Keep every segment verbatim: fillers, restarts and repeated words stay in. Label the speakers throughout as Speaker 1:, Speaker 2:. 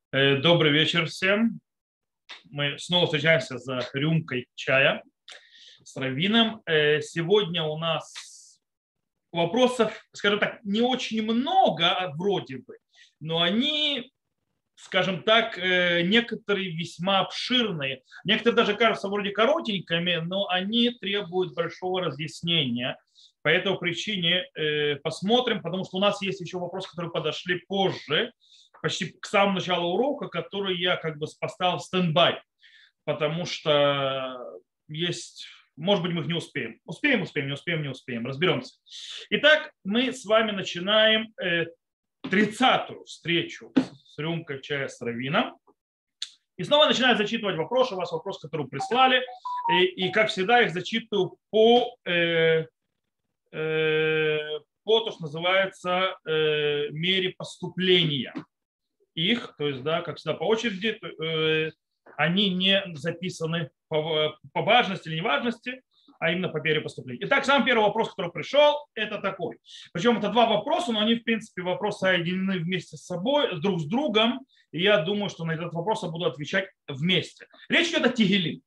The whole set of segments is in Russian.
Speaker 1: Э, Добрый вечер всем. Мы снова встречаемся за рюмкой чая с Равином. Э, Сегодня у нас вопросов, скажем так, не очень много а вроде бы, но они, скажем так, э, некоторые весьма обширные. Некоторые даже кажутся вроде коротенькими, но они требуют большого разъяснения. По этой причине э, посмотрим, потому что у нас есть еще вопросы, которые подошли позже, почти к самому началу урока, который я как бы поставил в стендбай, потому что есть, может быть, мы их не успеем. Успеем, успеем, не успеем, не успеем. Разберемся. Итак, мы с вами начинаем тридцатую встречу с рюмкой чая с Равином. И снова начинаю зачитывать вопросы. У вас вопрос, который прислали. И, и как всегда, их зачитываю по, э, э, по то, что называется, э, мере поступления их, то есть, да, как всегда, по очереди, э, они не записаны по, по важности или неважности, а именно по мере поступления. Итак, самый первый вопрос, который пришел, это такой. Причем это два вопроса, но они, в принципе, вопросы соединены вместе с собой, друг с другом, и я думаю, что на этот вопрос я буду отвечать вместе. Речь идет о Тегелим.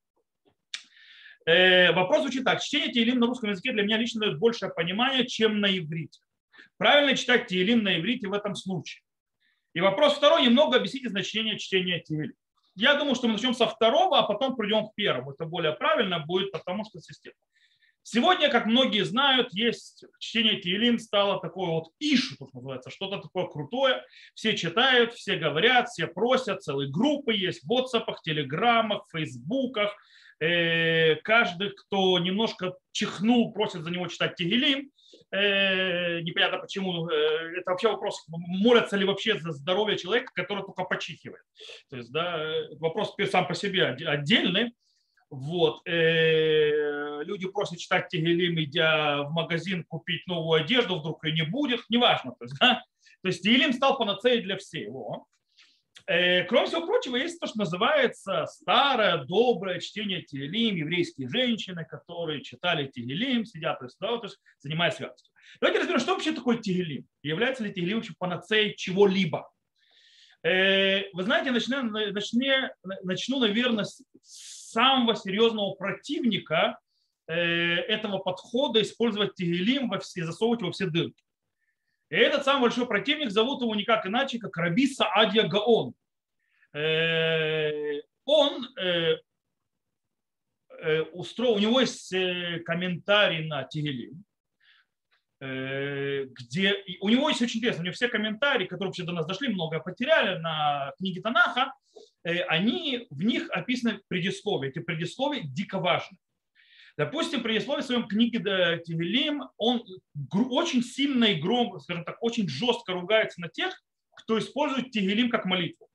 Speaker 1: Э, вопрос звучит так. Чтение Тегелим на русском языке для меня лично дает большее понимание, чем на иврите. Правильно читать Тегелим на иврите в этом случае? И вопрос второй, немного объясните значение чтения Тегелим. Я думаю, что мы начнем со второго, а потом придем к первому. Это более правильно будет, потому что система. Сегодня, как многие знают, есть чтение Тегелим стало такое вот ишу, что называется, что-то такое крутое. Все читают, все говорят, все просят, целые группы есть в WhatsApp, телеграммах, фейсбуках. Каждый, кто немножко чихнул, просит за него читать Тегелим. Непонятно почему. Это вообще вопрос, молятся ли вообще за здоровье человека, который только почихивает. То есть, да, вопрос сам по себе отдельный. Вот. Люди просят читать Тегелим, идя в магазин купить новую одежду, вдруг ее не будет, неважно. То есть, да? То есть Тегелим стал панацеей для всего. Кроме всего прочего, есть то, что называется старое, доброе чтение Тегелим, еврейские женщины, которые читали Тегелим, сидят, то есть, да, то есть занимаясь святостью. Давайте разберем, что вообще такое Тегелим. Является ли Тегелим вообще панацеей чего-либо? Вы знаете, начну, начну, начну, наверное, с самого серьезного противника этого подхода использовать Тегелим и засовывать его во все дырки. И этот самый большой противник, зовут его никак иначе, как Раби Саадья Гаон. Он устроил, у него есть комментарий на Тегелим, где у него есть очень интересно, у него все комментарии, которые вообще до нас дошли, много потеряли на книге Танаха, они, в них описаны предисловия. Эти предисловия дико важны. Допустим, при предисловии в своем книге Тегелим он очень сильно и громко, скажем так, очень жестко ругается на тех, кто использует Тегелим как молитву.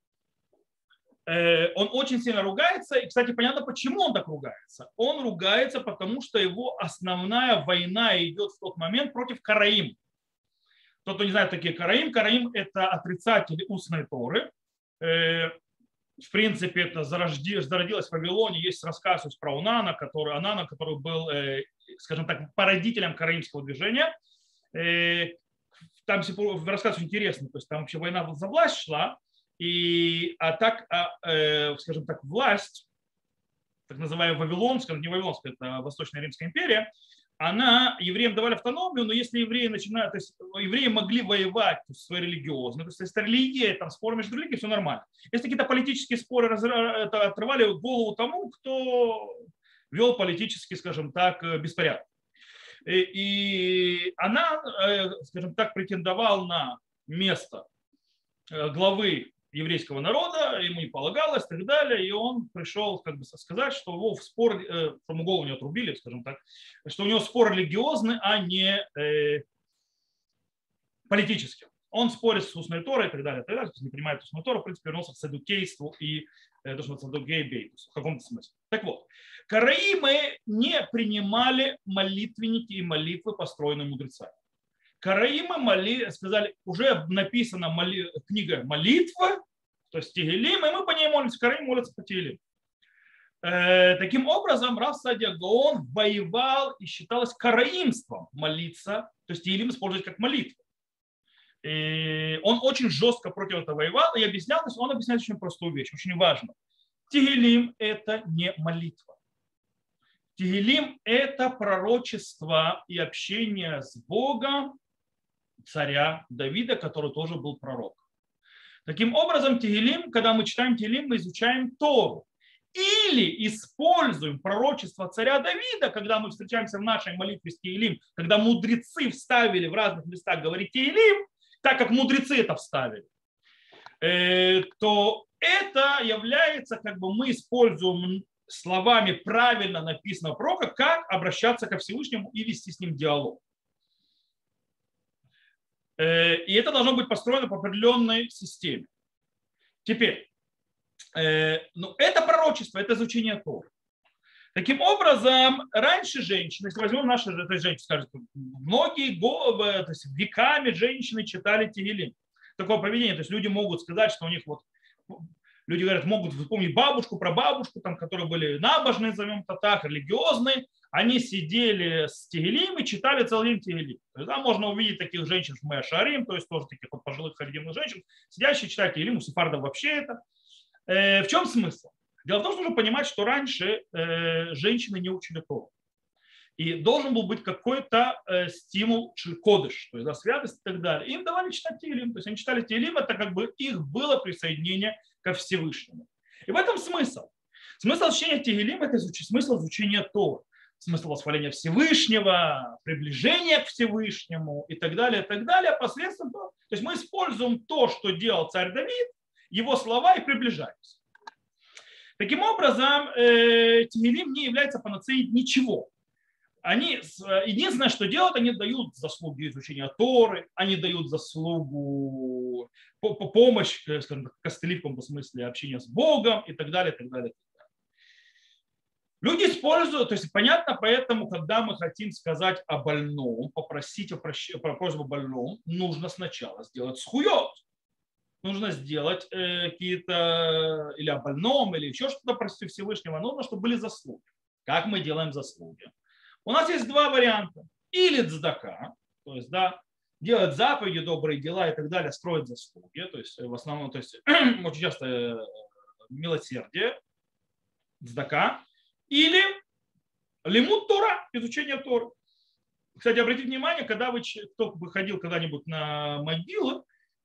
Speaker 1: Он очень сильно ругается, и, кстати, понятно, почему он так ругается. Он ругается, потому что его основная война идет в тот момент против караим. Тот, кто не знает, такие караим, караим – это отрицатели устной Торы. В принципе, это зародилось в Вавилоне. Есть рассказ про Унана, который, Анана, который был, скажем так, породителем караимского движения. Там рассказ очень интересный. То есть там вообще война за власть шла. И, а так, а, скажем так, власть, так называемая Вавилонская, не Вавилонская, это Восточная Римская империя, она евреям давали автономию, но если евреи начинают, то есть евреи могли воевать в своей религиозной, то есть если религия, там споры между религией, все нормально. Если какие-то политические споры это отрывали голову тому, кто вел политический, скажем так, беспорядок. И, и она, скажем так, претендовала на место главы еврейского народа, ему не полагалось и так далее, и он пришел как бы сказать, что его в спор, что ему голову не отрубили, скажем так, что у него спор религиозный, а не э, политический. Он спорит с устной Торой и так далее, и так далее, то есть не принимает устную Тору, в принципе, вернулся к садукейству и э, то, что садукей-бейтус в каком-то смысле. Так вот, караимы не принимали молитвенники и молитвы, построенные мудрецами. Караимы моли, сказали, уже написана моли, книга молитва, то есть Тегелим, и мы по ней молимся, Караим молятся по Тегелим. Э, таким образом, Рав Саадья Гаон воевал и считалось караимством молиться, то есть Тегелим использовать как молитву. И он очень жестко против этого воевал и объяснял, он объясняет очень простую вещь, очень важную. Тегелим – это не молитва. Тегелим – это пророчество и общение с Богом царя Давида, который тоже был пророк. Таким образом, Тегелим, когда мы читаем Тегелим, мы изучаем Тору. Или используем пророчество царя Давида, когда мы встречаемся в нашей молитве с Тегелим, когда мудрецы вставили в разных местах говорить Тегелим, так как мудрецы это вставили, то это является, как бы мы используем словами правильно написанного пророка, как обращаться ко Всевышнему и вести с ним диалог. И это должно быть построено по определенной системе. Теперь, ну, это пророчество, это изучение Торы. Таким образом, раньше женщины, если возьмем наши женщины, скажут, многие то есть веками женщины читали Тегелим. Такое поведение, то есть люди могут сказать, что у них вот, люди говорят, могут вспомнить бабушку, прабабушку, там, которые были набожные, назовем это так, религиозные, они сидели с Тегелим и читали целый день Тегелим. То есть, да, можно увидеть таких женщин в Меа Шаарим, то есть тоже таких вот пожилых харидимных женщин, сидящих читать Тегелим, у сефардов вообще это. Э, в чем смысл? Дело в том, что нужно понимать, что раньше э, женщины не учили Тору. И должен был быть какой-то э, стимул кодыш, то есть да, святость и так далее. Им давали читать Тегелим. То есть они читали Тегелим, это как бы их было присоединение ко Всевышнему. И в этом смысл. Смысл изучения Тегелим – это смысл изучения Торы. Смысл восхваления Всевышнего, приближения к Всевышнему и так далее, и так далее. Посредством того, то есть мы используем то, что делал царь Давид, его слова и приближаемся. Таким образом, э, Тегелим не является панацеей ничего. Они, единственное, что делают, они дают заслуги изучения Торы, они дают заслугу, помощь, скажем так, костыли в каком-то смысле общения с Богом и так далее, и так далее. Люди используют, то есть понятно, поэтому, когда мы хотим сказать о больном, попросить о, прощ... о просьбе о больном, нужно сначала сделать схует. Нужно сделать э, какие-то, или о больном, или еще что-то, прости Всевышнего, нужно, чтобы были заслуги. Как мы делаем заслуги? У нас есть два варианта. Или цдака, то есть, да, делать заповеди, добрые дела и так далее, строить заслуги, то есть, в основном, то есть, очень часто милосердие, цдака, или лимут Тора, изучение Торы. Кстати, обратите внимание, когда вы, кто выходил когда-нибудь на могилы,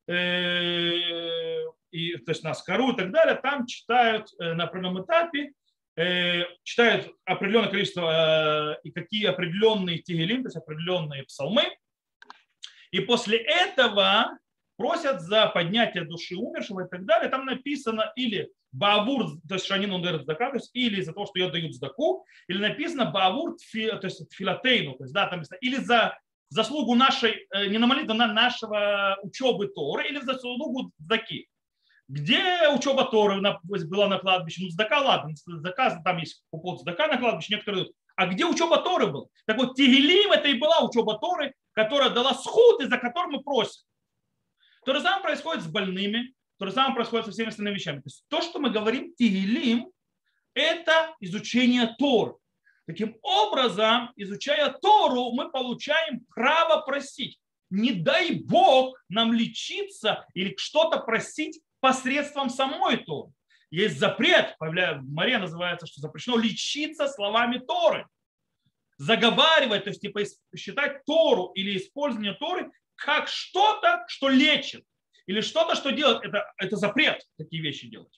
Speaker 1: э, и, то есть на Аскару и так далее, там читают э, на определенном этапе, э, читают определенное количество э, и какие определенные тегелим, то есть определенные псалмы, и после этого просят за поднятие души умершего и так далее. Там написано или баавур, то есть шанин ундер цдака, то есть или за то, что я даю цдаку, или написано баавур, то есть тфилатейну, то есть да, там написано, или за заслугу нашей, не на молитву, на нашего учебы Торы, или за заслугу цдаки. Где учеба Торы была на кладбище? Ну, цдака, ладно, цдака, там есть упот цдака на кладбище, некоторые идут. А где учеба Торы был? Так вот, Тегелим это и была учеба Торы, которая дала схуд, и за которую мы просим. То же самое происходит с больными, то же самое происходит со всеми остальными вещами. То есть то, что мы говорим Тегелим, это изучение Торы. Таким образом, изучая Тору, мы получаем право просить. Не дай Бог нам лечиться или что-то просить посредством самой Торы. Есть запрет, в море называется, что запрещено лечиться словами Торы. Заговаривать, то есть типа считать Тору или использование Торы как что-то, что лечит. Или что-то, что делает. Это, это запрет такие вещи делать.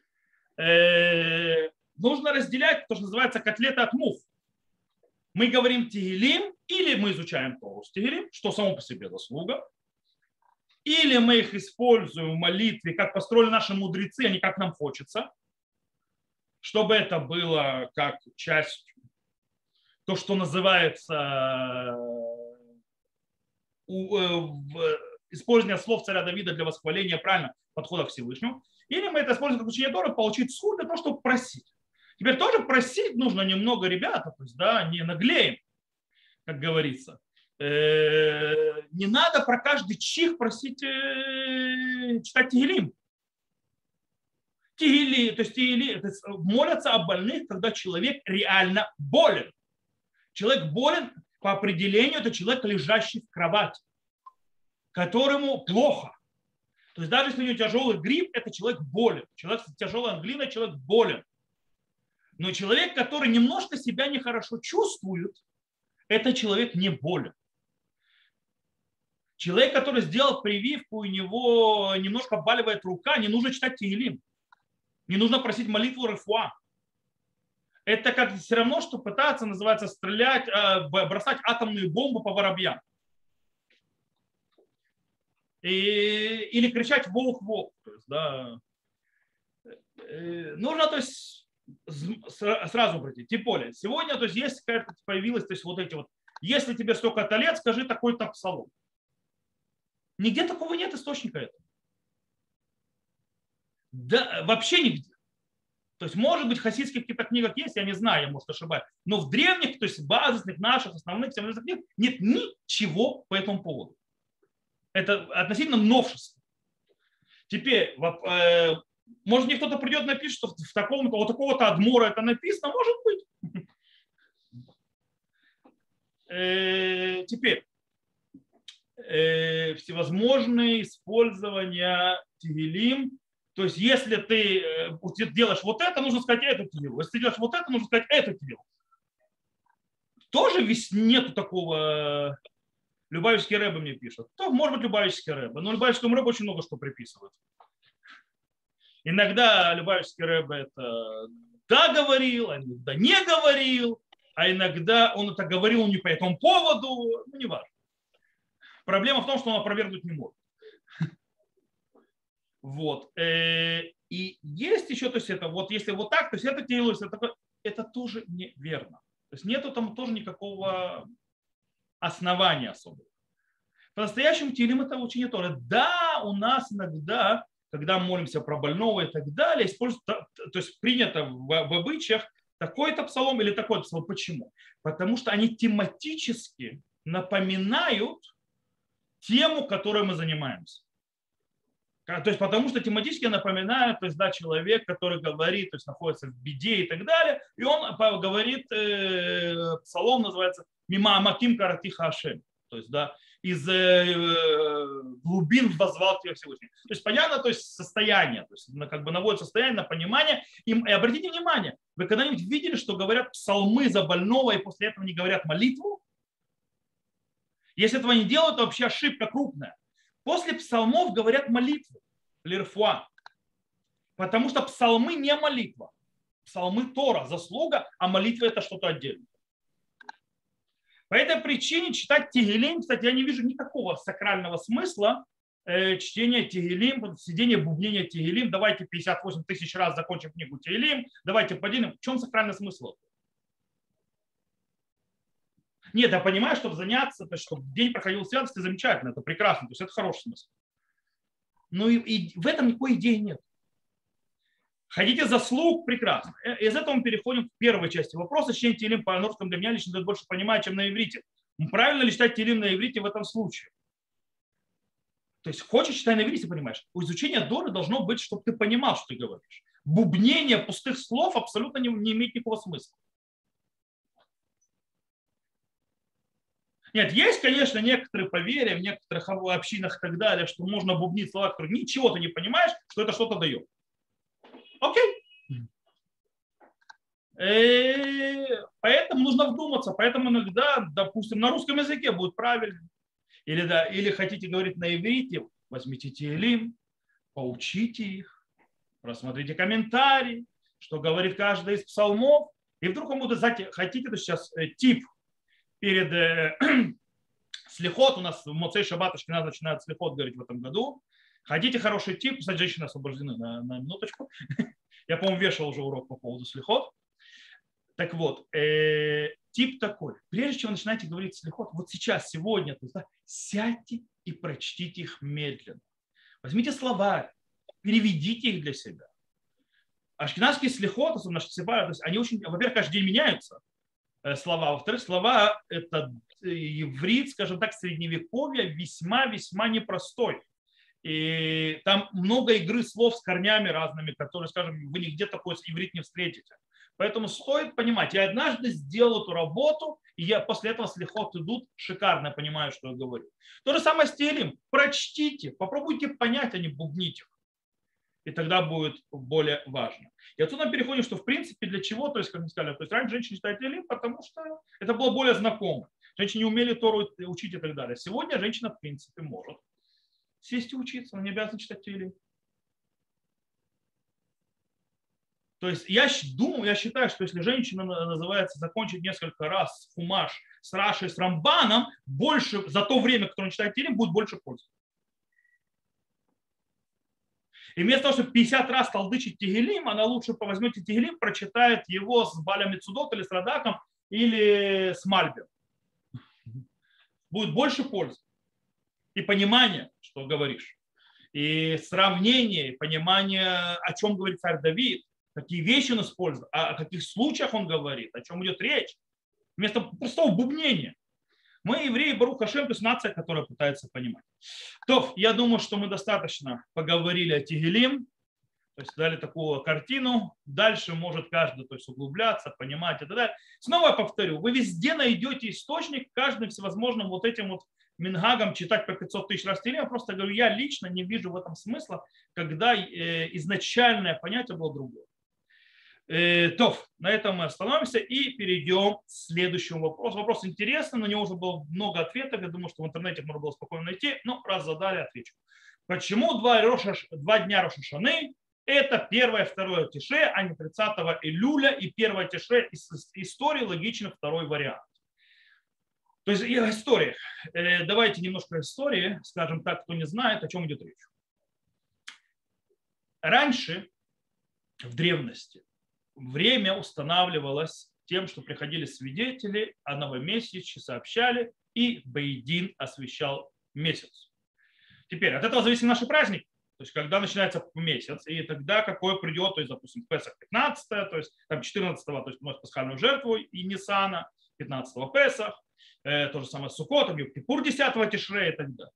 Speaker 1: Э-э- нужно разделять то, что называется котлеты от мух. Мы говорим Тегелим, или мы изучаем Тору с Тегелим, что само по себе заслуга. Или мы их используем в молитве, как построили наши мудрецы, а не как нам хочется. Чтобы это было как часть, то, что называется использование слов царя Давида для восхваления правильно подхода к Всевышнему. Или мы это используем как учение Торы, получить схуд для того, чтобы просить. Теперь тоже просить нужно немного, ребята, то есть, да, не наглеем, как говорится. Не надо про каждый чих просить читать Тегелим. Тегели, то есть Тегели, то есть молятся о больных, когда человек реально болен. Человек болен по определению, это человек, лежащий в кровати. которому плохо. То есть даже если у него тяжелый грипп, это человек болен. Человек с тяжелой ангиной, человек болен. Но человек, который немножко себя нехорошо чувствует, это человек не болен. Человек, который сделал прививку, у него немножко обваливает рука, не нужно читать Тегилим. Не нужно просить молитву рефуа. Это как все равно, что пытаться, называется, стрелять, бросать атомную бомбу по воробьям. И, или кричать «волк, волк». То есть, да, нужно, то есть, сразу пройти. Тем более, сегодня, то есть, есть какая-то появилась, то есть, вот эти вот, если тебе столько-то лет, скажи такой-то псалом. Нигде такого нет источника этого. Да, вообще нигде. То есть, может быть, в хасидских каких-то книгах есть, я не знаю, я, может, ошибаюсь. Но в древних, то есть базисных, наших, основных, книг нет ничего по этому поводу. Это относительно новшества. Теперь, э, может, мне кто-то придет и напишет, что в таком-то, вот такого-то адмора это написано, может быть. Э, теперь, э, всевозможные использования Тегилим. То есть, если ты делаешь вот это, нужно сказать эту тегилу. Если ты делаешь вот это, нужно сказать эту тегилу. Тоже ведь нету такого. Любавичский рэбе мне пишет. То, может быть, Любавичский рэбе. Но Любавичскому рэбе очень много что приписывают. Иногда Любавичский рэбе это да говорил, а иногда не говорил. А иногда он это говорил не по этому поводу. Ну, не важно. Проблема в том, что он опровергнуть не может. Вот. И есть еще, то есть это вот если вот так, то есть это делается, это, это тоже неверно. То есть нету там тоже никакого основания особого. По-настоящему Тилим это учение Торы. Да, у нас иногда, когда мы молимся про больного и так далее, используют, то есть принято в, в обычаях такой-то псалом или такой-то псалом. Почему? Потому что они тематически напоминают тему, которой мы занимаемся. То есть потому что тематически напоминают, то есть, да, человек, который говорит, то есть находится в беде и так далее, и он говорит, э, псалом называется «Мима Амаким Каратиха Ашем», то есть, да, из э, глубин возвал тебя Всевышний. То есть понятно, то есть состояние, то есть как бы наводит состояние на понимание. И, и обратите внимание, вы когда-нибудь видели, что говорят псалмы за больного и после этого не говорят молитву? Если этого не делают, то вообще ошибка крупная. После псалмов говорят молитву, лирфуа, потому что псалмы не молитва. Псалмы Тора, заслуга, а молитва это что-то отдельное. По этой причине читать Тегилим, кстати, я не вижу никакого сакрального смысла э, чтения Тегилим, сидения, бубнения Тегилим. Давайте пятьдесят восемь тысяч раз закончим книгу Тегилим, давайте поделим. В чем сакральный смысл? Нет, я понимаю, чтобы заняться, то есть, чтобы день проходил в святости, замечательно, это прекрасно, то есть это хороший смысл. Но и, и в этом никакой идеи нет. Хотите заслуг, прекрасно. Из этого мы переходим к первой части вопроса. Чтение Тилим по норскому для меня лично дает больше понимания, чем на иврите. Правильно ли читать Тилим на иврите в этом случае? То есть хочешь читать на иврите, понимаешь. У изучения Доры должно быть, чтобы ты понимал, что ты говоришь. Бубнение пустых слов абсолютно не, не имеет никакого смысла. Нет, есть, конечно, некоторые поверья в некоторых общинах и так далее, что можно бубнить слова, которые ничего ты не понимаешь, что это что-то дает. Окей. И поэтому нужно вдуматься. Поэтому иногда, допустим, на русском языке будет правильно. Или, да, или хотите говорить на иврите, возьмите Тилим, поучите их, просмотрите комментарии, что говорит каждый из псалмов. И вдруг вам будет, знаете, хотите, то сейчас тип перед э, слихот, у нас в Моцей Шаббат Ашкеназ начинает слихот говорить в этом году. Хотите хороший тип, кстати, женщины освобождены на, на минуточку. Я, по-моему, вешал уже урок по поводу слихот. Так вот, э, тип такой. Прежде чем вы начинаете говорить слихот, вот сейчас, сегодня, то есть, да, сядьте и прочтите их медленно. Возьмите слова, переведите их для себя. Ашкеназские слихот, особенно шцибара, то есть они очень, во-первых, каждый день меняются слова. Во-вторых, слова – это иврит, скажем так, средневековья, весьма-весьма непростой. И там много игры слов с корнями разными, которые, скажем, вы нигде такой иврит не встретите. Поэтому стоит понимать, я однажды сделал эту работу, И я после этого слихот идут, шикарно понимаю, что я говорю. То же самое с Тилим. Прочтите, попробуйте понять, а не бубните. И тогда будет более важно. И отсюда мы переходим, что в принципе для чего, то есть, как мы сказали, то есть раньше женщины читали Тилим, потому что это было более знакомо. Женщины не умели Тору учить и так далее. Сегодня женщина в принципе может сесть и учиться, она не обязана читать Тилим. То есть я думаю, я считаю, что если женщина называется закончить несколько раз хумаш с Рашей, с Рамбаном, больше за то время, которое он читает Тилим, будет больше пользы. И вместо того, чтобы пятьдесят раз толдычить Тегелим, она лучше возьмете Тегелим, прочитает его с Баля Мицудот или с Радаком или с Мальбем. Будет больше пользы. И понимания, что говоришь. И сравнение, и понимание, о чем говорит царь Давид, какие вещи он использует, о каких случаях он говорит, о чем идет речь. Вместо простого бубнения. Мы, евреи, Барух Хашем, то есть нация, которая пытается понимать. То, я думаю, что мы достаточно поговорили о Тегелим, то есть дали такую картину. Дальше может каждый то есть, углубляться, понимать и так далее. Снова я повторю, вы везде найдете источник, каждым всевозможным вот этим вот мингагом читать по пятьсот тысяч раз Тегелим. Я просто говорю, я лично не вижу в этом смысла, когда изначальное понятие было другое. То, на этом мы остановимся и перейдем к следующему вопросу. Вопрос интересный, на него уже было много ответов. Я думаю, что в интернете можно было спокойно найти. Но раз задали, отвечу. Почему два, Роша, два дня Рош ха-Шаны? Это первое, второе Тише, а не тридцатого Илюля. И первое Тише из истории логично второй вариант. То есть история. Давайте немножко истории, скажем так, кто не знает, о чем идет речь. Раньше, в древности, время устанавливалось тем, что приходили свидетели о новомесяче, сообщали, и Бейдин освещал месяц. Теперь, от этого зависит наш праздник. То есть, когда начинается месяц, и тогда какое придет, то есть, допустим, Песах пятнадцатого, то есть, там четырнадцатого, то есть, носит пасхальную жертву и Ниссана, пятнадцатого Песах, э, то же самое с Суккотом, Йом-Кипур десятого Тишре и так далее.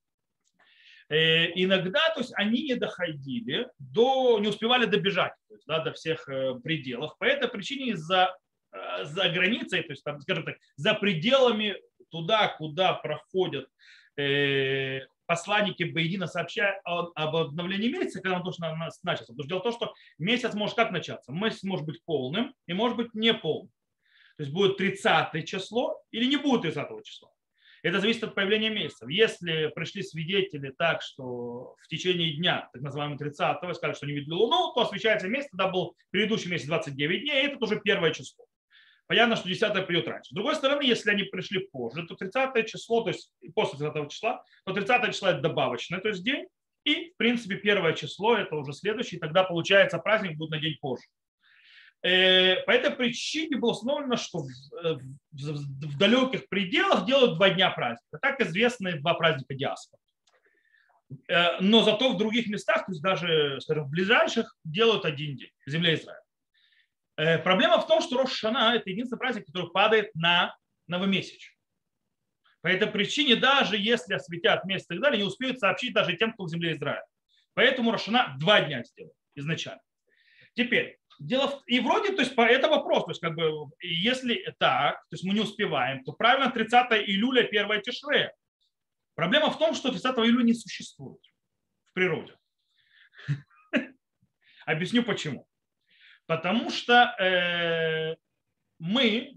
Speaker 1: Иногда, то есть они не доходили до, не успевали добежать, то есть, да, до всех пределов. По этой причине за, за границей, то есть, там, скажем так, за пределами туда, куда проходят э, посланники Бейдина, сообщая об обновлении месяца, когда он точно начался. Потому что дело в том, что месяц может как начаться? Месяц может быть полным и может быть неполным. То есть будет тридцатое число или не будет тридцатого числа. Это зависит от появления месяцев. Если пришли свидетели так, что в течение дня, так называемого тридцатого, сказали, что не видели Луну, то освещается месяц, тогда был предыдущий месяц двадцать девять дней, и это уже первое число. Понятно, что десятое придет раньше. С другой стороны, если они пришли позже, то тридцатое число, то есть после тридцатого числа, то тридцатое число это добавочное, то есть день, и в принципе первое число это уже следующий, тогда получается праздник будет на день позже. По этой причине было установлено, что в, в, в далеких пределах делают два дня праздника. Так известны два праздника диаспоры. Но зато в других местах, то есть даже скажем, в ближайших, делают один день в земле Израиля. Проблема в том, что Рош ха-Шана – это единственный праздник, который падает на новомесяч. По этой причине, даже если осветят месяц и так далее, не успеют сообщить даже тем, кто в земле Израиля. Поэтому Рош ха-Шана два дня сделал изначально. Теперь, дело в... и вроде, то есть это вопрос, то есть как бы, если так, то есть мы не успеваем, то правильно тридцатого июля первое Тишре. Проблема в том, что тридцатого июля не существует в природе. Объясню почему. Потому что э, мы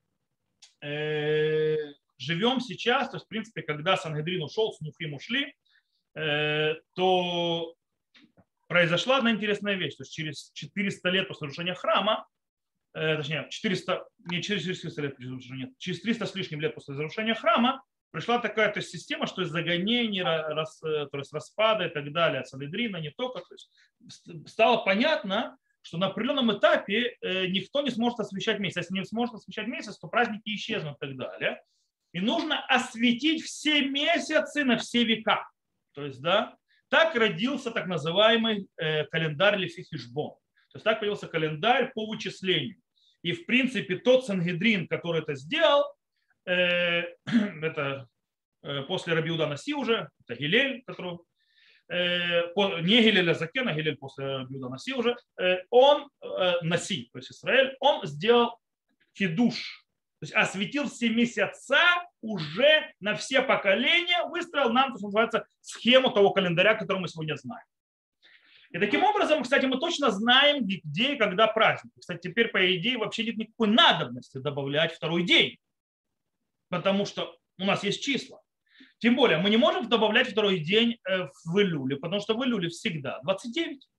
Speaker 1: э, живем сейчас, то есть в принципе, когда Сангедрин ушел, Снухим ушли, э, то произошла одна интересная вещь. То есть через четыреста лет после разрушения храма, э, точнее, четыреста, не через четыреста лет, нет, через триста с лишним лет после разрушения храма пришла такая то есть, система, что из загонений, рас, то есть распада и так далее, от Санедрина, не только, то есть, стало понятно, что на определенном этапе э, никто не сможет освещать месяц. Если не сможет освещать месяц, то праздники исчезнут и так далее. И нужно осветить все месяцы на все века. То есть, да, так родился так называемый э, календарь Лефи Хишбон. То есть так появился календарь по вычислению. И в принципе тот Сангедрин, который это сделал, э, это э, после Раби Иуда Наси уже, это Гилель, который, э, по, не Гилель Азакен, а Гилель после Раби Иуда Наси уже, э, он, э, Наси, то есть Израиль, он сделал хидуш То есть осветил все месяца уже на все поколения, выстроил нам, то, что называется, схему того календаря, который мы сегодня знаем. И таким образом, кстати, мы точно знаем, где и когда праздник. Кстати, теперь, по идее, вообще нет никакой надобности добавлять второй день, потому что у нас есть числа. Тем более, мы не можем добавлять второй день в Илюле, потому что в Илюле всегда двадцать девять.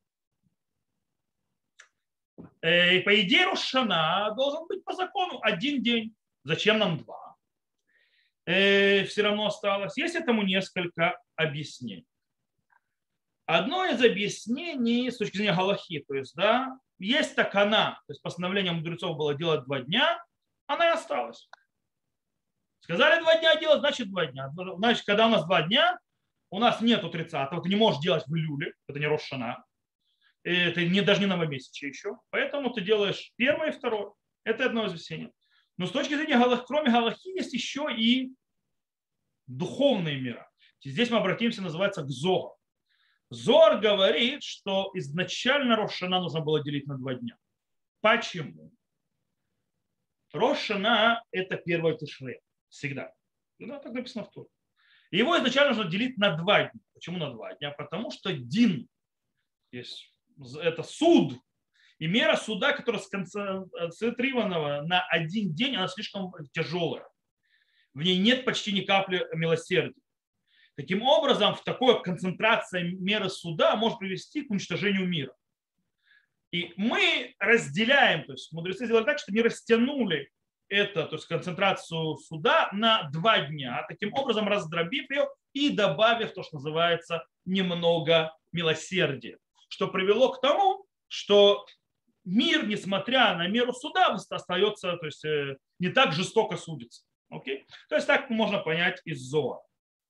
Speaker 1: И по идее, Рош ха-Шана должен быть по закону один день. Зачем нам два? И все равно осталось. Есть этому несколько объяснений. Одно из объяснений с точки зрения галахи, то есть, да, есть такана, то есть постановление мудрецов было делать два дня, она и осталась. Сказали два дня делать, значит два дня. Значит, когда у нас два дня, у нас нету тридцатого, ты не можешь делать в Илюле, это не Рош ха-Шана, это не, даже не новомесячие еще, поэтому ты делаешь первое и второе. Это одно из объяснений. Но с точки зрения галахи, кроме галахи, есть еще и духовные мира. Здесь мы обратимся, называется, к Зоару. Зоар говорит, что изначально Рош ха-Шана нужно было делить на два дня. Почему? Рош ха-Шана – это первое Тишре. Всегда. Да, так написано в Торе. Его изначально нужно делить на два дня. Почему на два дня? Потому что дин есть, это суд. И мера суда, которая сконцентрирована на один день, она слишком тяжелая. В ней нет почти ни капли милосердия. Таким образом, в такой концентрации меры суда может привести к уничтожению мира. И мы разделяем, то есть мудрецы сделали так, что не растянули это, то есть концентрацию суда на два дня, таким образом раздробив ее и добавив то, что называется, немного милосердия, что привело к тому, что мир, несмотря на меру суда, остается, то есть не так жестоко судится. Окей? То есть так можно понять из Зоара.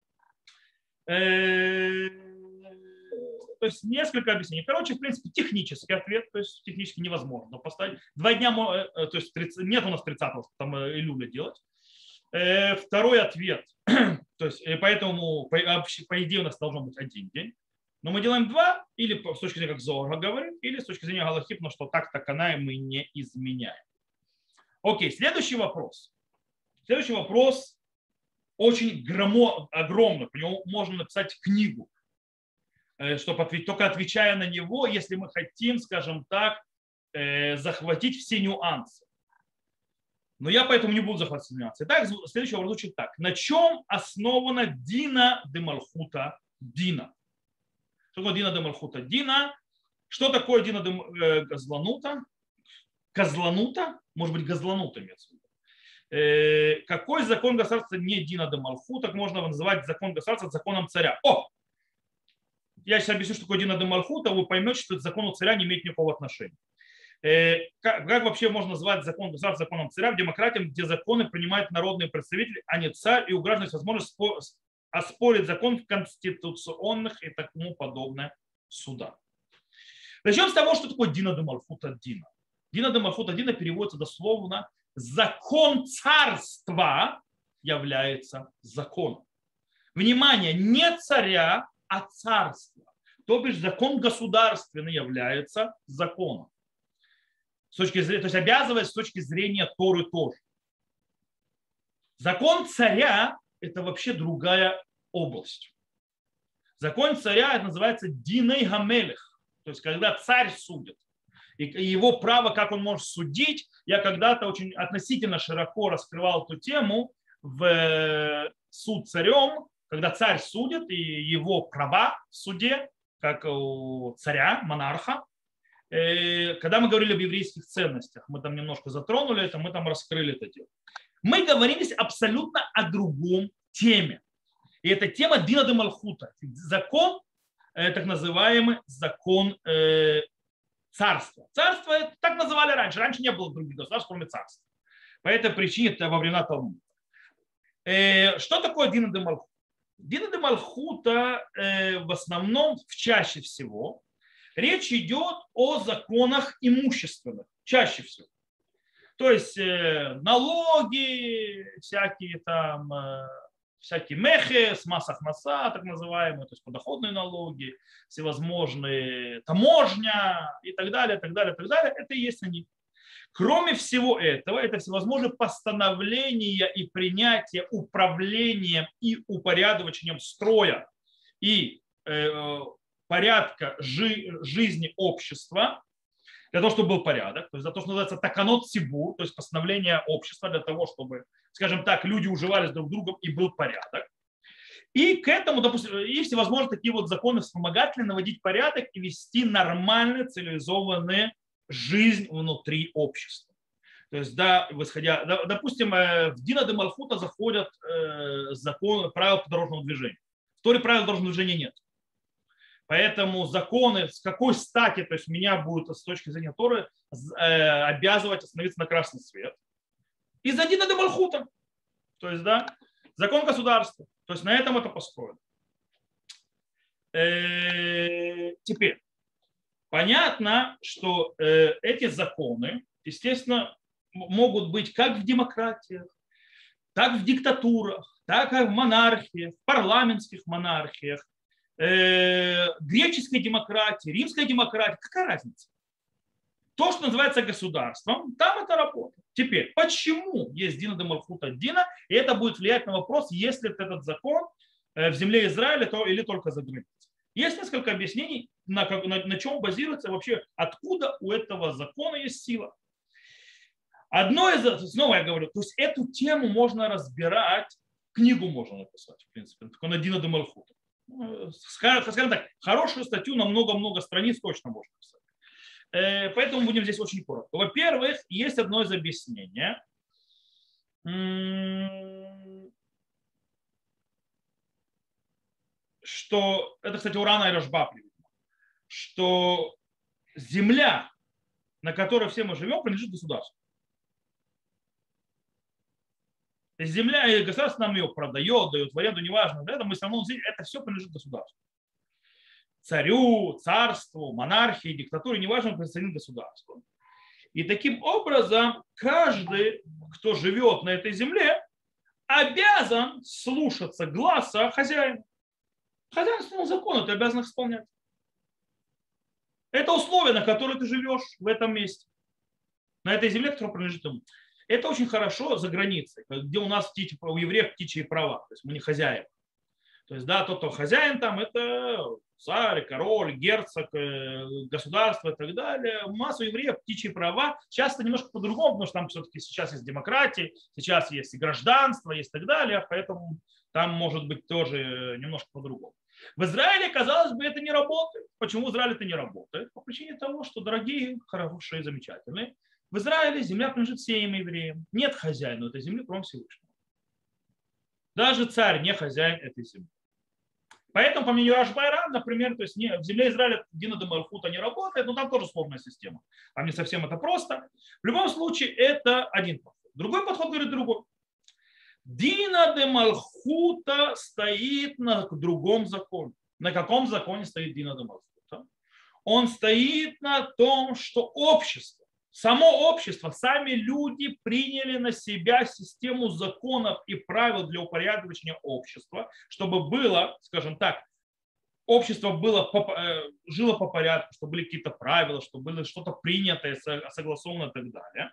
Speaker 1: То есть несколько объяснений. Короче, в принципе, технический ответ, то есть технически невозможно поставить. Два дня, то есть нет у нас тридцатого там Илюля делать. Второй ответ, то есть поэтому по идее у нас должно быть один день. Но мы делаем два, или с точки зрения, как Зоар говорит, или с точки зрения галахи, потому что так-то канаем мы не изменяем. Окей, следующий вопрос. Следующий вопрос очень громо, огромный, по нему можно написать книгу, чтобы ответить, только отвечая на него, если мы хотим, скажем так, захватить все нюансы. Но я поэтому не буду захватывать нюансы. Итак, следующий вопрос звучит так. На чем основана Дина де Малхута Дина? Что такое Дина де Малхута Дина? Что такое Дина де Газланута? Казланута? Может быть, Газланута имеется в виду. Какой закон государства не Дина де Малхута, можно называть закон государства законом царя? О! Я сейчас объясню, что такое Дина де Малхута, вы поймете, что это закону царя не имеет никакого отношения. Как, как вообще можно назвать закон государства законом царя в демократии, где законы принимают народные представители, а не царь, и у граждан есть возможность оспорить закон в конституционных и тому подобное судах. Начнем с того, что такое Дина де Малхута Дина. Дина де Малхута Дина переводится дословно «закон царства является законом». Внимание, не царя, а царства. То бишь закон государственный является законом. С точки зрения, то есть обязывает с точки зрения Торы тоже. Закон царя – это вообще другая область. Закон царя это называется Диней Гамелех, то есть когда царь судит. И его право, как он может судить, я когда-то очень относительно широко раскрывал эту тему в суд царем, когда царь судит, и его права в суде, как у царя, монарха. Когда мы говорили об еврейских ценностях, мы там немножко затронули это, мы там раскрыли это дело. Мы говорили абсолютно о другом теме. И это тема Дина де Малхута. Закон, так называемый закон царства. Царство так называли раньше. Раньше не было других государств, кроме царства. По этой причине это во времена Талмуда. Что такое Дина де Малхута? Дина де Малхута в основном, в чаще всего, речь идет о законах имущественных. Чаще всего. То есть налоги, всякие там, всякие мехи, с массах масса, так называемые, то есть подоходные налоги, всевозможные таможня и так далее, так далее, так далее. Это и есть они. Кроме всего этого, это всевозможные постановления и принятие управлением и упорядочением строя и э, порядка жи- жизни общества, для того, чтобы был порядок, то есть за то, что называется таканот сибур, то есть постановление общества для того, чтобы, скажем так, люди уживались друг с другом и был порядок. И к этому, допустим, и всевозможные такие вот законы вспомогательные наводить порядок и вести нормальную цивилизованную жизнь внутри общества. То есть, да, исходя, допустим, в Дина де Малхута заходят законы, правила дорожного движения. В Торе правил дорожного движения нет. Поэтому законы, с какой стати, то есть меня будут с точки зрения Торы обязывать остановиться на красный свет. Из-за Дина де Малхута. То есть, да, закон государства. То есть на этом это построено. Теперь, понятно, что эти законы, естественно, могут быть как в демократиях, так в диктатурах, так и в монархиях, в парламентских монархиях, греческой демократии, римской демократии. Какая разница? То, что называется государством, там это работает. Теперь, почему есть Дина де Малхута Дина, и это будет влиять на вопрос, есть ли этот закон в земле Израиля то, или только за границей. Есть несколько объяснений, на, на, на чем базируется вообще, откуда у этого закона есть сила. Одно из, снова я говорю, то есть эту тему можно разбирать, книгу можно написать, в принципе, такой на Дина де Малхута. Скажем так, хорошую статью на много-много страниц точно можно писать. Поэтому будем здесь очень коротко. Во-первых, есть одно из объяснений, что, это, кстати, Урана и Рашба приведено, что земля, на которой все мы живем, принадлежит государству. Земля и государство нам ее продает, дает в аренду, неважно, это мы все равно, это все принадлежит государству. Царю, царству, монархии, диктатуре, неважно, представитель государства. И таким образом каждый, кто живет на этой земле, обязан слушаться гласа хозяина. Хозяин установил закон, ты обязан их исполнять. Это условия, на которые ты живешь в этом месте, на этой земле, которая принадлежит ему. Это очень хорошо за границей, где у нас у евреев птичьи права, то есть мы не хозяева. То есть, да, тот, кто хозяин там, это царь, король, герцог, государство и так далее. Массу евреев, птичьи права. Часто немножко по-другому, потому что там все-таки сейчас есть демократия, сейчас есть и гражданство, есть и так далее, поэтому там может быть тоже немножко по-другому. В Израиле, казалось бы, это не работает. Почему в Израиле это не работает? По причине того, что дорогие, хорошие, замечательные. В Израиле земля принадлежит всем евреям. Нет хозяина этой земли, кроме Всевышнего. Даже царь не хозяин этой земли. Поэтому, по мнению Рашбайра, например, то есть не, в земле Израиля Дина де Малхута не работает, но там тоже сложная система. Там не совсем это просто. В любом случае, это один подход. Другой подход говорит другой. Дина де Малхута стоит на другом законе. На каком законе стоит Дина де Малхута? Он стоит на том, что общество, само общество, сами люди приняли на себя систему законов и правил для упорядочения общества, чтобы было, скажем так, общество было, жило по порядку, чтобы были какие-то правила, чтобы было что-то принятое, согласованное и так далее.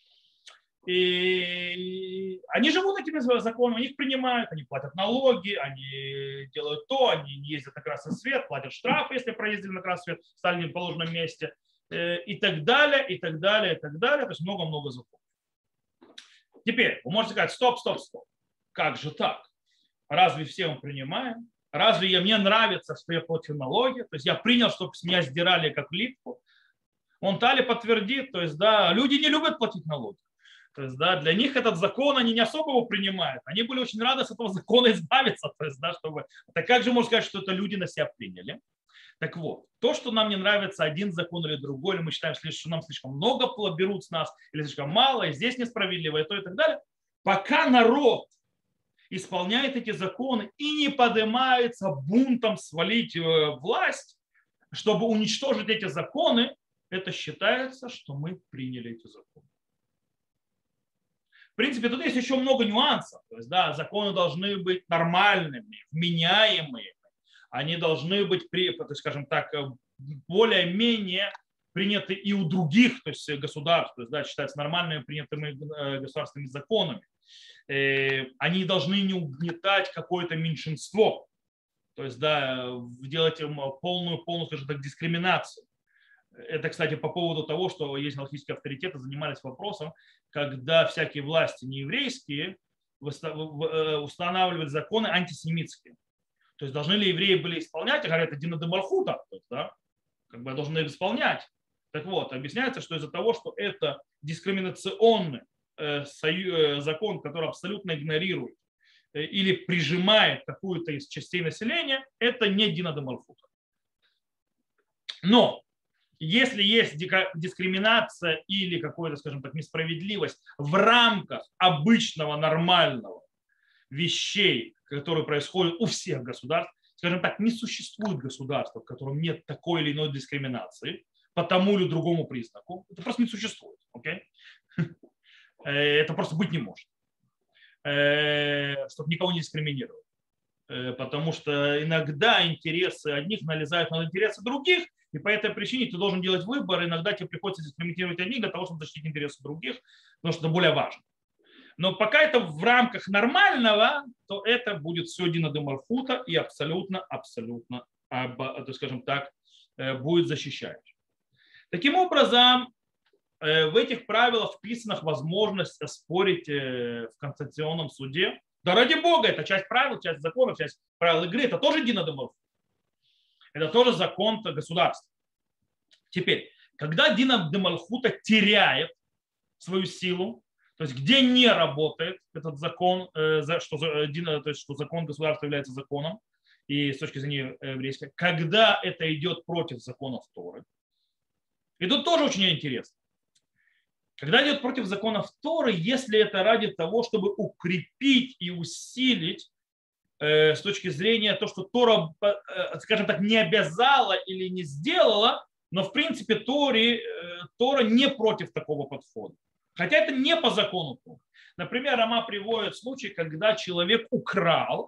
Speaker 1: И они живут этими законами, они их принимают, они платят налоги, они делают то, они ездят на красный свет, платят штрафы, если проездили на красный свет, стали в неположенном месте. И так далее, и так далее, и так далее. То есть много-много законов. Теперь вы можете сказать, стоп, стоп, стоп. Как же так? Разве все мы принимаем? Разве я, мне нравится, что я платил налоги? То есть я принял, чтобы с меня сдирали как липку. Он Тали подтвердит, то есть да, люди не любят платить налоги. То есть, да, для них этот закон, они не особо его принимают. Они были очень рады с этого закона избавиться. То есть, да, чтобы... Так как же можно сказать, что это люди на себя приняли? Так вот, то, что нам не нравится один закон или другой, или мы считаем, что нам слишком много берут с нас, или слишком мало, и здесь несправедливо, и то, и так далее, пока народ исполняет эти законы и не поднимается бунтом свалить власть, чтобы уничтожить эти законы, это считается, что мы приняли эти законы. В принципе, тут есть еще много нюансов. То есть, да, законы должны быть нормальными, вменяемыми. Они должны быть, скажем так, более-менее приняты и у других, то есть государств, то есть, да, считаются нормальными принятыми государственными законами, они должны не угнетать какое-то меньшинство, то есть, да, делать им полную, полную, скажем так, дискриминацию. Это, кстати, по поводу того, что есть галахические авторитеты, занимались вопросом, когда всякие власти нееврейские устанавливают законы антисемитские. То есть должны ли евреи были исполнять, говорят, это Дина де Малхута, то есть, да, как бы должны их исполнять. Так вот, объясняется, что из-за того, что это дискриминационный э, сою, э, закон, который абсолютно игнорирует э, или прижимает какую-то из частей населения, это не Дина де Малхута. Но если есть дискриминация или какая-то, скажем так, несправедливость в рамках обычного нормального вещей, которые происходят у всех государств, скажем так, не существует государства, в котором нет такой или иной дискриминации по тому или другому признаку. Это просто не существует. Okay? Это просто быть не может. Чтобы никого не дискриминировать. Потому что иногда интересы одних налезают на интересы других, и по этой причине ты должен делать выбор. Иногда тебе приходится дискриминировать одних для того, чтобы защитить интересы других, потому что это более важно. Но пока это в рамках нормального, то это будет все Дина де Малхута и абсолютно, абсолютно, скажем так, будет защищать. Таким образом, в этих правилах вписана возможность оспорить в конституционном суде. Да ради бога, это часть правил, часть законов, часть правил игры. Это тоже Дина де Малхута. Это тоже закон государства. Теперь, когда Дина де Малхута теряет свою силу, то есть где не работает этот закон, что, то есть, что закон государства является законом, и с точки зрения еврейской, когда это идет против законов Торы. И тут тоже очень интересно. Когда идет против законов Торы, если это ради того, чтобы укрепить и усилить э, с точки зрения то, что Тора, э, скажем так, не обязала или не сделала, но в принципе Торе, э, Тора не против такого подхода. Хотя это не по закону Торы. Например, Рама приводит случай, когда человек украл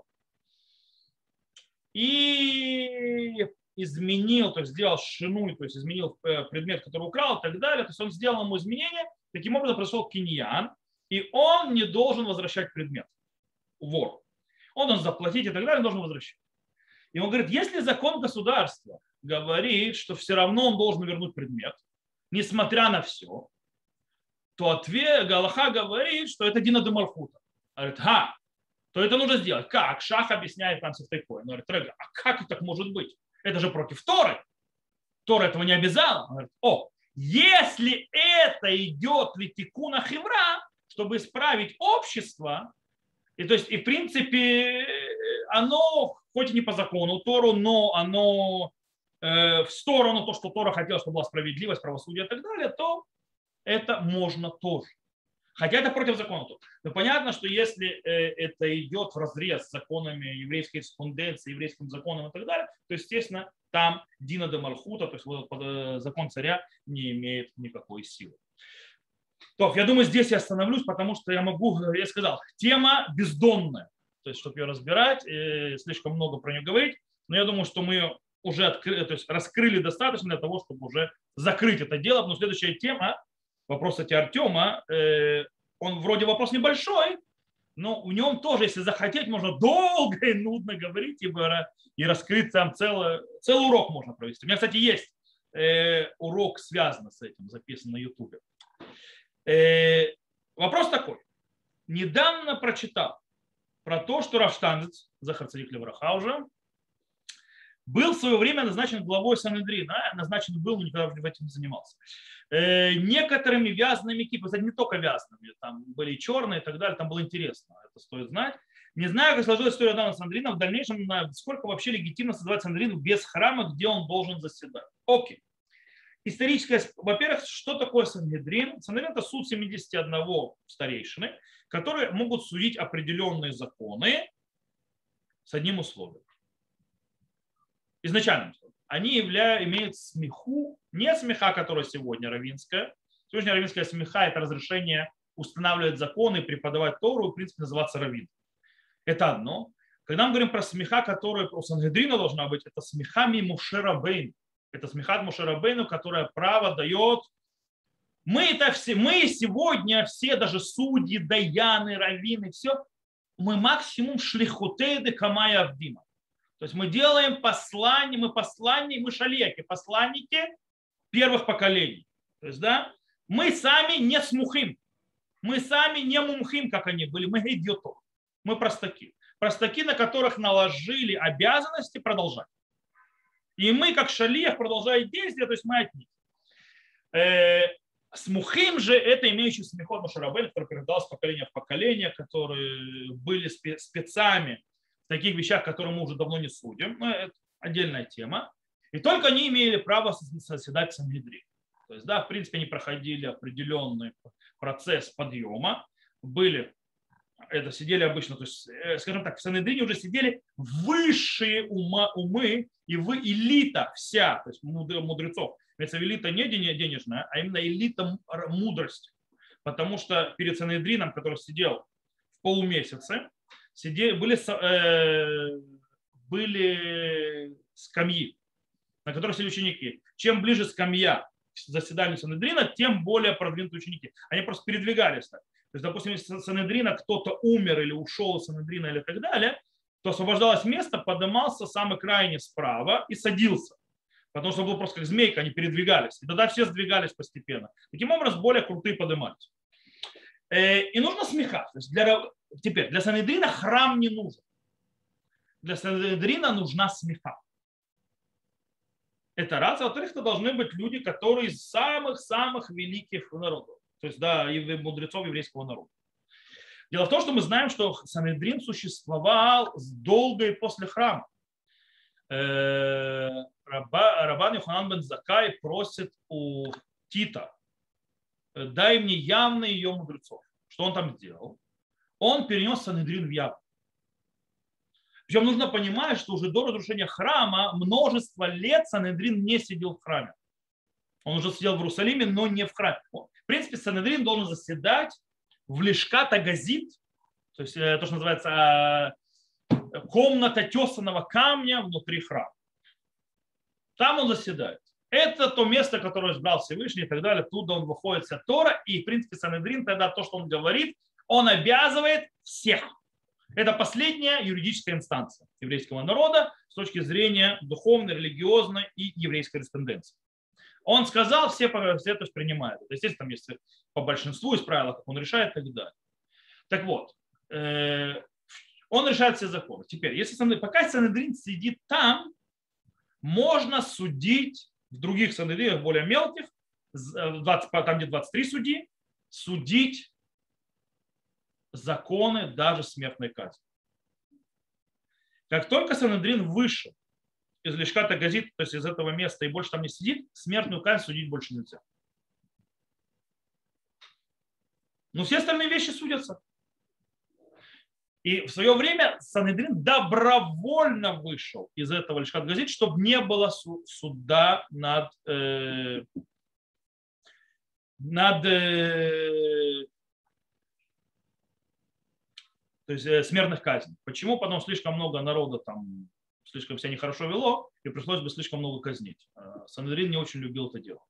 Speaker 1: и изменил, то есть сделал шину, то есть изменил предмет, который украл и так далее. То есть он сделал ему изменения, таким образом произошел киньян, и он не должен возвращать предмет вору. Он должен заплатить и так далее, он должен возвращать. И он говорит, если закон государства говорит, что все равно он должен вернуть предмет, несмотря на все, то ответ Галаха говорит, что это Дина де Малхута. Говорит, ха, то это нужно сделать. Как? Шах объясняет там Сефтейкой. Он говорит, Рега, а как так может быть? Это же против Торы. Тора этого не обязала. Он говорит, о, если это идет литикуна хевра, чтобы исправить общество, и то есть, и в принципе, оно, хоть и не по закону Тору, но оно э, в сторону то, что Тора хотела, чтобы была справедливость, правосудие и так далее, то это можно тоже. Хотя это против закона. Но понятно, что если это идет в разрез с законами еврейской корреспонденции, еврейским законом и так далее, то, естественно, там Дина де Малхута, то есть вот закон царя, не имеет никакой силы. То, я думаю, здесь я остановлюсь, потому что я могу, я сказал, тема бездонная. То есть, чтобы ее разбирать, слишком много про нее говорить. Но я думаю, что мы ее уже открыли, то есть раскрыли достаточно для того, чтобы уже закрыть это дело. Но следующая тема, вопрос, кстати, Артема, он вроде вопрос небольшой, но в нем тоже, если захотеть, можно долго и нудно говорить и раскрыть там целый, целый урок можно провести. У меня, кстати, есть урок, связанный с этим, записан на Ютубе. Вопрос такой. Недавно прочитал про то, что Рав Штанец, Захар Цадик Левраха уже, был в свое время назначен главой Санедрина, назначен был, но никогда в этом не занимался. Э, некоторыми вязаными кипами, кстати, не только вязаными, там были и черные и так далее, там было интересно, это стоит знать. Не знаю, как сложилась история данного Санедрина, в дальнейшем, сколько вообще легитимно создавать Санедрин без храма, где он должен заседать. Окей. Историческое, во-первых, что такое Санедрин? Санедрин – это суд семидесяти одного старейшины, которые могут судить определенные законы с одним условием. Изначально они являют, имеют смеху, не смеха, которая сегодня раввинская. Сегодня раввинская смеха – это разрешение устанавливать законы, преподавать Тору, в принципе, называться раввин. Это одно. Когда мы говорим про смеха, которая у Санедрина должна быть, это смеха мимо Моше Рабейну. Это смехат Моше Рабейну, которое право дает. Мы это все, мы сегодня все, даже судьи, даяны, раввины, все, мы максимум шлихутейды камая авдима. То есть мы делаем послание, мы посланники, мы шалеки, посланники первых поколений. То есть, да, мы сами не смухим, мы сами не мумхим, как они были, мы идиоты, мы простаки. Простаки, на которых наложили обязанности продолжать. И мы, как шалиях, продолжаем действия, то есть мы от них. Смухим же это имеющий смехот Моше Рабейну, который передался с поколения в поколение, которые были спецами в таких вещах, которые мы уже давно не судим. Но это отдельная тема. И только они имели право соседать в Сангедрине. То есть, да, в принципе, они проходили определенный процесс подъема. Были, это сидели обычно, то есть, скажем так, в Сангедрине уже сидели высшие ума, умы и вы элита вся, то есть мудрецов. Это элита не денежная, а именно элита мудрости. Потому что перед Санедрином, который сидел в полумесяце, сидели, были, э, были скамьи, на которых сидели ученики. Чем ближе скамья к заседанию Санедрина, тем более продвинутые ученики. Они просто передвигались так. То есть, допустим, если Санедрина кто-то умер или ушел из Санедрина или так далее, то освобождалось место, поднимался самый крайний справа и садился. Потому что было просто как змейка, они передвигались. И тогда все сдвигались постепенно. Таким образом, более крутые поднимались. И нужно смеха. То есть для, теперь, для Санедрина храм не нужен. Для Санедрина нужна смеха. Это раз. А во-вторых, это должны быть люди, которые из самых-самых великих народов. То есть, да, мудрецов еврейского народа. Дело в том, что мы знаем, что Санедрин существовал долго и после храма. Рабан Йоханан бен Заккай просит у Тита: дай мне явные ее мудрецов. Что он там сделал? Он перенес Санедрин в Яву. Причем нужно понимать, что уже до разрушения храма множество лет Санедрин не сидел в храме. Он уже сидел в Иерусалиме, но не в храме. В принципе, Санедрин должен заседать в Лишкат Агазит, то есть то, что называется комната тесаного камня внутри храма. Там он заседает. Это то место, которое избрал Всевышний и так далее. Оттуда он выходит с Тора. И, в принципе, Санедрин тогда то, что он говорит, он обязывает всех. Это последняя юридическая инстанция еврейского народа с точки зрения духовной, религиозной и еврейской корреспонденции. Он сказал, все, все это принимают. Естественно, там есть по большинству из правил, как он решает и так далее. Так вот, он решает все законы. Теперь, если пока Санедрин сидит там, можно судить в других санедринах более мелких, двадцать, там где двадцать три судьи, судить законы даже смертной казни. Как только Санедрин вышел из Лишкат Агазит, то есть из этого места, и больше там не сидит, смертную казнь судить больше нельзя. Но все остальные вещи судятся. И в свое время Санедрин добровольно вышел из этого Лишкат Агазит, чтобы не было суда над, э, над э, то есть, э, смертных казней. Почему? Потому что слишком много народа там, слишком себя нехорошо вело, и пришлось бы слишком много казнить. Санедрин не очень любил это дело.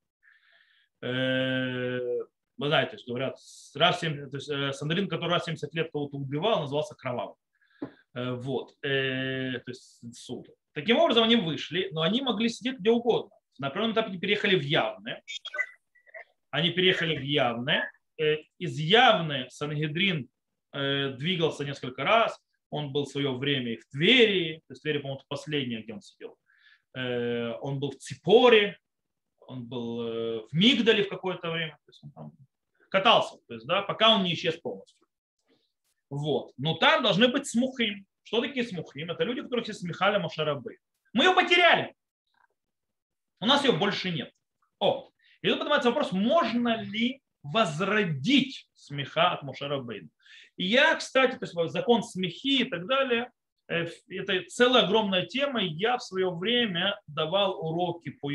Speaker 1: Э, Вы знаете, то есть, говорят, раз семь, то есть, Санедрин, который раз семьдесят лет кого-то убивал, назывался кровавым. Вот. То есть суд. Таким образом, они вышли, но они могли сидеть где угодно. На определенном этапе они переехали в Явне. Они переехали в Явне. Из Явны Сангедрин двигался несколько раз. Он был в свое время и в Твери. То есть Твери, по-моему, последнее, где он сидел. Он был в Ципоре. Он был в Мигдале в какое-то время, то есть он там катался, то есть, да, пока он не исчез полностью. Вот. Но там должны быть смухим. Что такие смухим? Это люди, которых есть смехали Моше Рабейну. Мы ее потеряли. У нас ее больше нет. О. И тут поднимается вопрос, можно ли возродить смеха от Моше Рабейну. И я, кстати, то есть закон смехи и так далее, это целая огромная тема. Я в свое время давал уроки по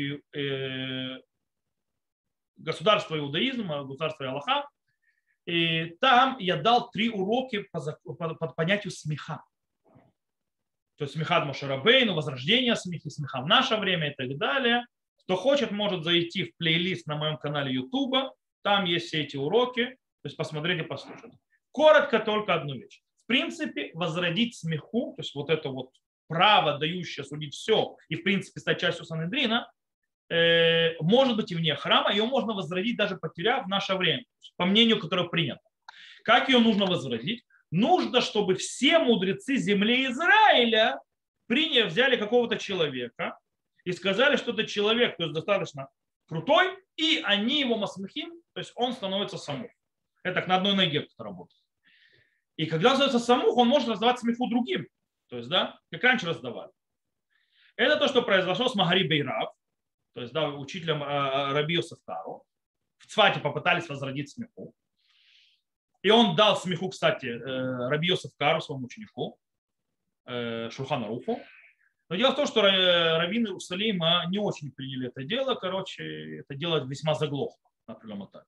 Speaker 1: государству иудаизма, государству Аллаха. И там я дал три урока по, по, по понятию смеха. То есть смеха от Моше Рабейну, возрождение смехи, смеха в наше время и так далее. Кто хочет, может зайти в плейлист на моем канале YouTube. Там есть все эти уроки. То есть посмотреть и послушать. Коротко только одну вещь. В принципе, возродить смеху, то есть вот это вот право, дающее судить все, и в принципе стать частью Санедрина, э, может быть и вне храма. Ее можно возродить, даже потеряв в наше время, по мнению, которое принято. Как ее нужно возродить? Нужно, чтобы все мудрецы земли Израиля приняли, взяли какого-то человека и сказали, что это человек, то есть достаточно крутой, и они его масмахим, то есть он становится самух. Это так на одной ноге кто-то работает. И когда он становится самух, он может раздавать смеху другим. То есть, да, как раньше раздавали. Это то, что произошло с Магари Бейрав, то есть, да, учителем Раби Йосеф-Кару. В Цфате попытались возродить смеху. И он дал смеху, кстати, Раби Йосеф-Кару, своему ученику, Шулхан Аруху. Но дело в том, что раввины Иерусалима не очень приняли это дело. Короче, это дело весьма заглохло на определенном этапе.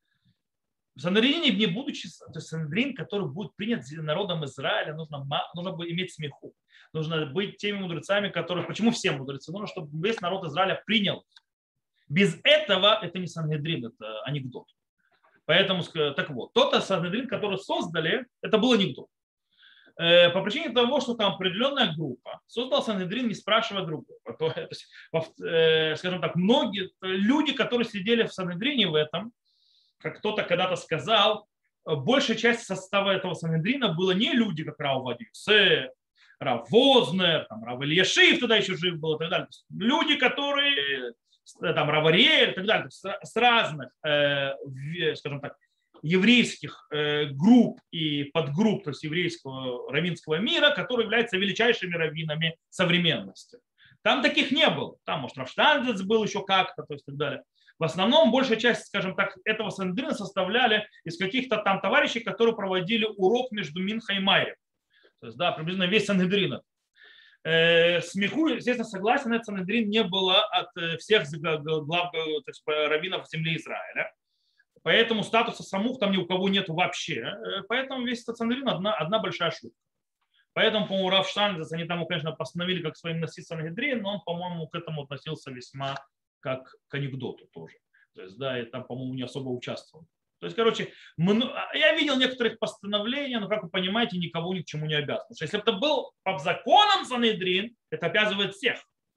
Speaker 1: В Санедрине, не будучи, то есть Санедрин, который будет принят народом Израиля, нужно, нужно иметь смеху. Нужно быть теми мудрецами, которые... Почему все мудрецы? Нужно, чтобы весь народ Израиля принял. Без этого это не Санедрин, это анекдот. Поэтому, так вот, тот Санедрин, который создали, это был анекдот. По причине того, что там определенная группа создала Санедрин, не спрашивая другого. То есть, скажем так, многие люди, которые сидели в Санедрине в этом, как кто-то когда-то сказал, большая часть состава этого Санедрина было не люди, как Рав Овадия Йосеф, Рав Вознер, там, Рав Ильяшив тогда еще жив был и так далее. Люди, которые, там, Рав Ариэль и так далее, с разных, скажем так, еврейских групп и подгрупп, то есть еврейского раввинского мира, которые являются величайшими раввинами современности. Там таких не было. Там, может, Рав Штанзец был еще как-то, то есть и так далее. В основном большая часть, скажем так, этого Санедрина составляли из каких-то там товарищей, которые проводили урок между Минха и Майрем. То есть, да, приблизительно весь Санедрин. Э, смеху, естественно, согласен, этот Санедрин не было от всех глав, то есть, раввинов земли Израиля. Поэтому статуса самух там ни у кого нет вообще. Поэтому весь этот Санедрин одна, одна большая шутка. Поэтому, по-моему, Рав Штанзец, они там, конечно, постановили как своим носить Санедрин, но он, по-моему, к этому относился весьма как к анекдоту тоже. То есть, да, и там, по-моему, не особо участвовал. То есть, короче, я видел некоторых постановлений, но, как вы понимаете, никого ни к чему не обязан. Потому что если бы это был по законам Санедрин, это обязывает всех.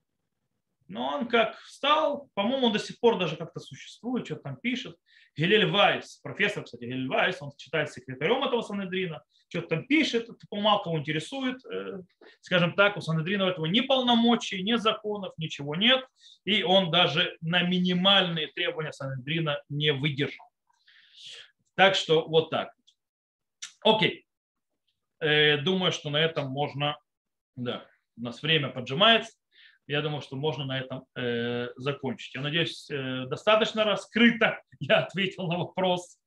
Speaker 1: Но он как встал, по-моему, он до сих пор даже как-то существует, что-то там пишет. Гилель Вайс, профессор, кстати, Гилель Вайс, он читает секретарем этого Санедрина, что-то там пишет, это мало кого интересует. Скажем так, у Санедрина этого ни полномочий, ни законов, ничего нет. И он даже на минимальные требования Санедрина не выдержал. Так что вот так. Окей. Думаю, что на этом можно... Да, у нас время поджимается. Я думаю, что можно на этом э, закончить. Я надеюсь, э, достаточно раскрыто я ответил на вопрос.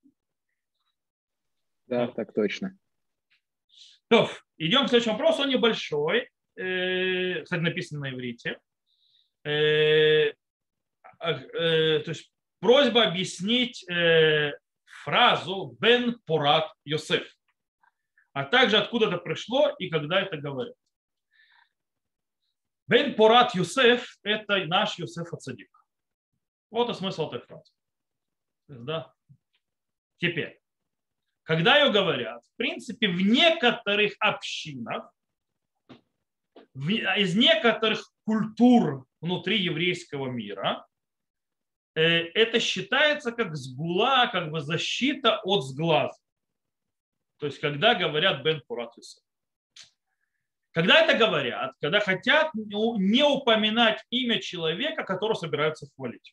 Speaker 2: Да, так точно.
Speaker 1: То, идем к следующему вопросу. Он небольшой. Э, кстати, написан на иврите. Э, э, то есть просьба объяснить э, фразу «Бен Порат Йосеф», а также откуда это пришло и когда это говорят. Бен Порат Йосеф – это наш Йосеф ха-Цадик. Вот и смысл этой фразы. Да. Теперь, когда ее говорят, в принципе, в некоторых общинах, в, из некоторых культур внутри еврейского мира, э, это считается как сгула, как бы защита от сглаза. То есть, когда говорят Бен Порат Йосеф. Когда это говорят, когда хотят не упоминать имя человека, которого собираются хвалить.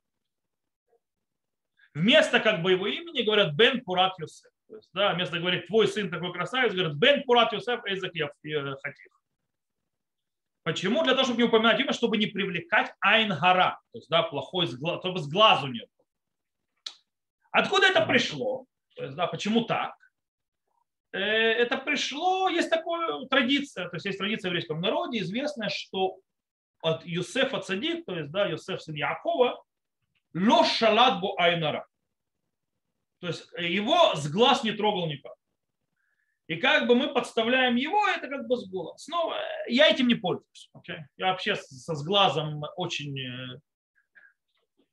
Speaker 1: Вместо как бы его имени говорят Бен Порат Йосеф. То есть, да, вместо говорить твой сын такой красавец, говорят Бен Порат Йосеф Эйзек Хатих. Почему? Для того, чтобы не упоминать имя, чтобы не привлекать айн-гара. То есть, да, плохой сглаз, чтобы с глазу не было. Откуда это пришло? То есть, да, почему так? Это пришло, есть такая традиция, то есть есть традиция в еврейском народе, известная, что от Йосефа Цадик, то есть да, Йосеф сын Якова, ло шалат бо айнара. То есть его с глаз не трогал никак. И как бы мы подставляем его, это как бы сгула. Снова, я этим не пользуюсь. Okay? Я вообще со сглазом очень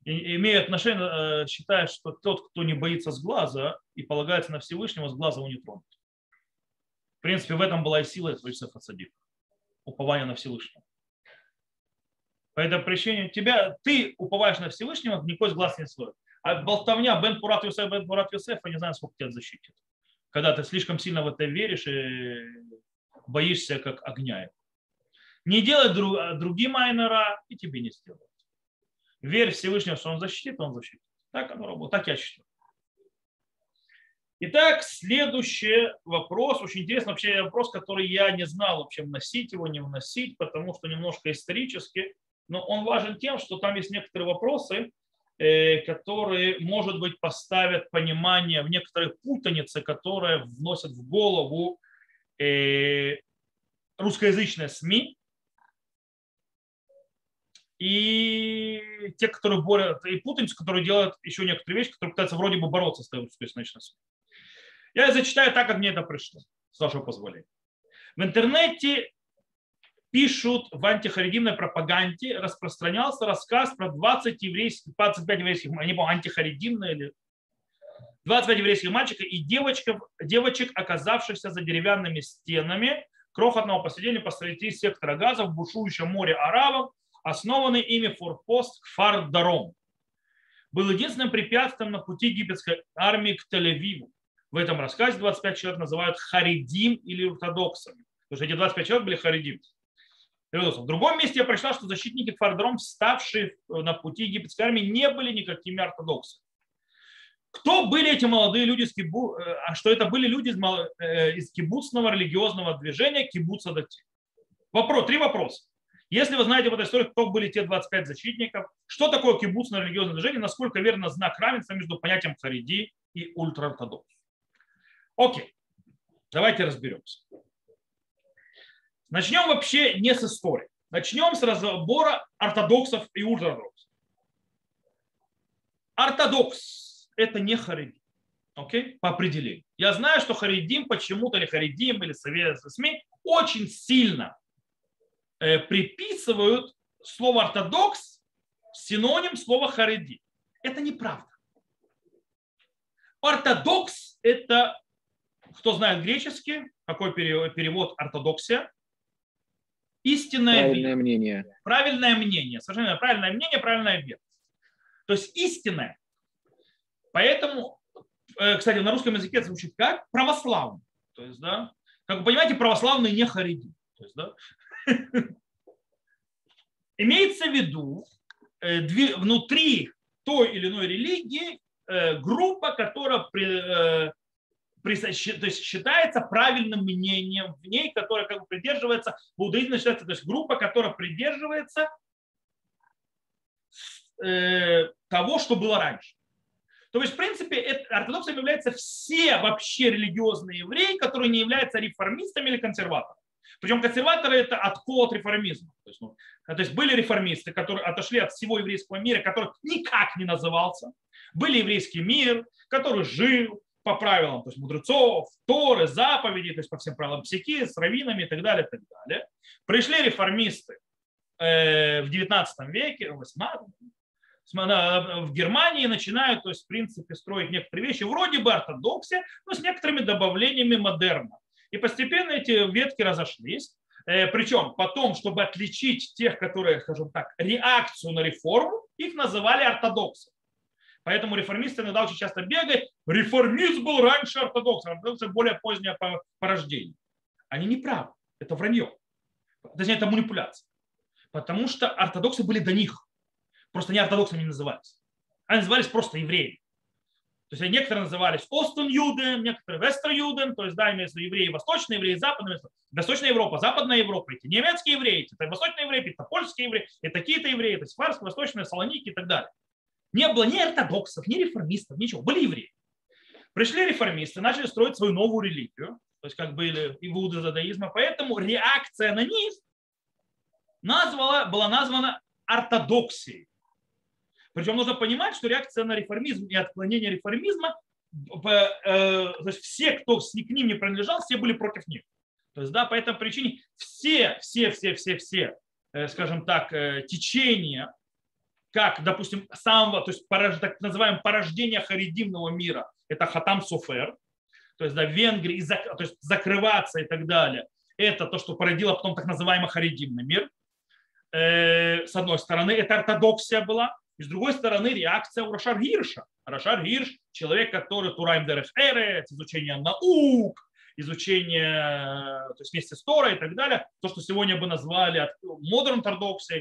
Speaker 1: имея отношение, считает, что тот, кто не боится сглаза и полагается на Всевышнего, сглаза его не тронут. В принципе, в этом была и сила Йосефа Цадика. Упование на Всевышнего. По этой причине тебя, ты уповаешь на Всевышнего, никакой сглаз не стоит. А болтовня Бен Пурат Йосеф, Бен Пурат Йосеф, я не знаю, сколько тебя защитит. Когда ты слишком сильно в это веришь и боишься как огня. Не делай друг, другим айнера, и тебе не сделают. Верь Всевышнему, что он защитит, он защитит. Так оно работает, так я считаю. Итак, следующий вопрос, очень интересный вообще вопрос, который я не знал вообще вносить его, не вносить, потому что немножко исторически, но он важен тем, что там есть некоторые вопросы, которые, может быть, поставят понимание в некоторые путаницы, которые вносят в голову русскоязычные СМИ и те, которые борются, и путаницу, которые делают еще некоторые вещи, которые пытаются вроде бы бороться с русскоязычными СМИ. Я зачитаю так, как мне это пришло, с вашего позволения. В интернете пишут в антихаридимной пропаганде, распространялся рассказ про двадцать еврейских, двадцать пять еврейских, я не помню, антихаридимная или двадцать пять еврейских мальчиков и девочек, девочек, оказавшихся за деревянными стенами крохотного поселения посреди сектора газа в бушующем море арабов, основанный ими форпост Кфар-Даром. Был единственным препятствием на пути египетской армии к Тель-Авиву. В этом рассказе двадцать пять человек называют харидим или ортодоксами. Потому что эти двадцать пять человек были харидим. В другом месте я прочитал, что защитники Кфар-Даром, вставшие на пути египетской армии, не были никакими ортодоксами. Кто были эти молодые люди, из кибу... а что это были люди из, мал... из кибуцного религиозного движения кибуца дати? Вопрос, три вопроса. Если вы знаете об этой истории, кто были те двадцать пять защитников, что такое кибуцное религиозное движение, насколько верно знак равенства между понятием хариди и ультраортодокс. Окей, давайте разберемся. Начнем вообще не с истории. Начнем с разбора ортодоксов и ультраортодоксов. Ортодокс – это не харидим, окей, по определению. Я знаю, что харидим почему-то, или харидим, или советские СМИ очень сильно э, приписывают слово ортодокс синоним слова хариди. Это неправда. Ортодокс – это, кто знает греческий, какой перевод ортодоксия? Истинное
Speaker 2: правильное вера. мнение.
Speaker 1: Правильное мнение. Совершенно правильное мнение, правильная вера. То есть истинное. Поэтому, кстати, на русском языке это звучит как православный. То есть, да, как вы понимаете, православный не хариди. То есть, да, имеется в виду внутри той или иной религии группа, которая то есть считается правильным мнением в ней, которая как бы придерживается, в иудаизме считается, то есть группа, которая придерживается э, того, что было раньше. То есть, в принципе, это, ортодоксом являются все вообще религиозные евреи, которые не являются реформистами или консерваторами. Причем консерваторы – это откол от реформизма. То есть, ну, то есть были реформисты, которые отошли от всего еврейского мира, который никак не назывался. Были еврейский мир, который жил по правилам, то есть мудрецов, Торы, заповедей, то есть по всем правилам психи, с раввинами и так далее, и так далее. Пришли реформисты э, в девятнадцатом веке, в восемнадцатом, в Германии начинают, то есть, в принципе, строить некоторые вещи, вроде бы ортодоксия, но с некоторыми добавлениями модерна. И постепенно эти ветки разошлись. Э, причем потом, чтобы отличить тех, которые, скажем так, реакцию на реформу, их называли ортодоксами. Поэтому реформисты иногда очень часто бегают. Реформизм был раньше ортодоксом, ортодоксия более позднее по, по рождению. Они не правы. Это вранье. Точнее, это манипуляция. Потому что ортодоксы были до них. Просто не ортодоксами не назывались. Они назывались просто евреями. То есть некоторые назывались Остен-Юден, некоторые Вестер-Юден, то есть, да, имеются евреи восточные, евреи западные, Восточная Европа, Западная Европа, эти немецкие евреи, это восточные евреи, это польские евреи, это такие-то евреи, это сефарские, восточные, Салоники и так далее. Не было ни ортодоксов, ни реформистов, ничего. Были евреи. Пришли реформисты, начали строить свою новую религию, то есть как были иудаизма, поэтому реакция на них назвала, была названа ортодоксией. Причем нужно понимать, что реакция на реформизм и отклонение реформизма, то есть все, кто к ним не принадлежал, все были против них. То есть, да, по этой причине все, все, все, все, все, скажем так, течения как, допустим, самого, то есть так называемое порождение харидимного мира, это Хатам Софер, то есть да, Венгрии, то есть закрываться и так далее. Это то, что породило потом так называемый харидимный мир. С одной стороны, это ортодоксия была, и с другой стороны, реакция у Рашар Гирша. Рашар Гирш – человек, который Тураем Дерех Эрец, изучение наук, изучение, то есть вместе с Торой и так далее, то, что сегодня бы назвали модерн ортодоксией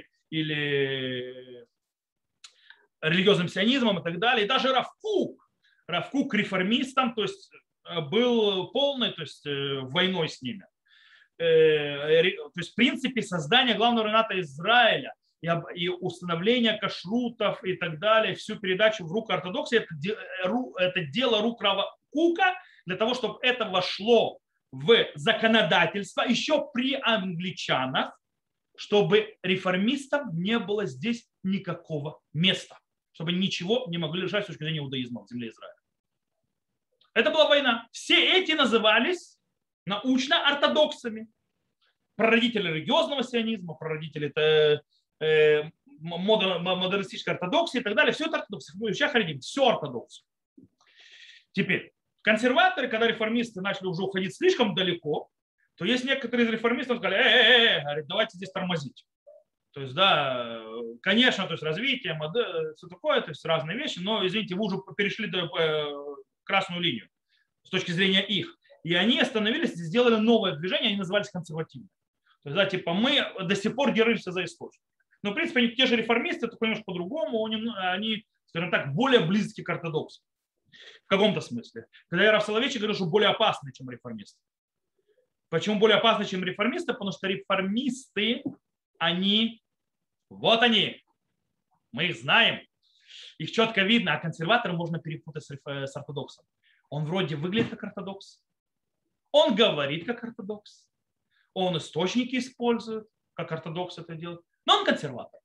Speaker 1: или религиозным сионизмом и так далее. И даже Рав Кук, Рав Кук реформистом, то есть был полный, то есть войной с ними. То есть в принципе создание главного раввината Израиля и установление кашрутов и так далее, всю передачу в руку ортодоксии, это дело рук Рава Кука для того, чтобы это вошло в законодательство еще при англичанах, чтобы реформистам не было здесь никакого места, чтобы ничего не могли решать с точки зрения иудаизма в земле Израиля. Это была война. Все эти назывались научно-ортодоксами. Прародители религиозного сионизма, прародители э, модернистической ортодоксии и так далее. Все это ортодоксия. Все ортодоксия. Теперь, консерваторы, когда реформисты начали уже уходить слишком далеко, то есть некоторые из реформистов сказали, э, э, э, давайте здесь тормозить. То есть, да, конечно, то есть развитие, модель, все такое, то есть разные вещи, но, извините, вы уже перешли до красную линию с точки зрения их. И они остановились, сделали новое движение, они назывались консервативными. То есть, да, типа, мы до сих пор держимся за источник. Но, в принципе, они те же реформисты, только немножко по-другому, они, скажем так, более близки к ортодоксии. В каком-то смысле. Когда я Рав Соловейчик говорю, что более опасны, чем реформисты. Почему более опасны, чем реформисты? Потому что реформисты, они, вот они, мы их знаем, их четко видно, а консерватора можно перепутать с ортодоксом. Он вроде выглядит как ортодокс, он говорит как ортодокс, он источники использует, как ортодокс это делает, но он консерватор.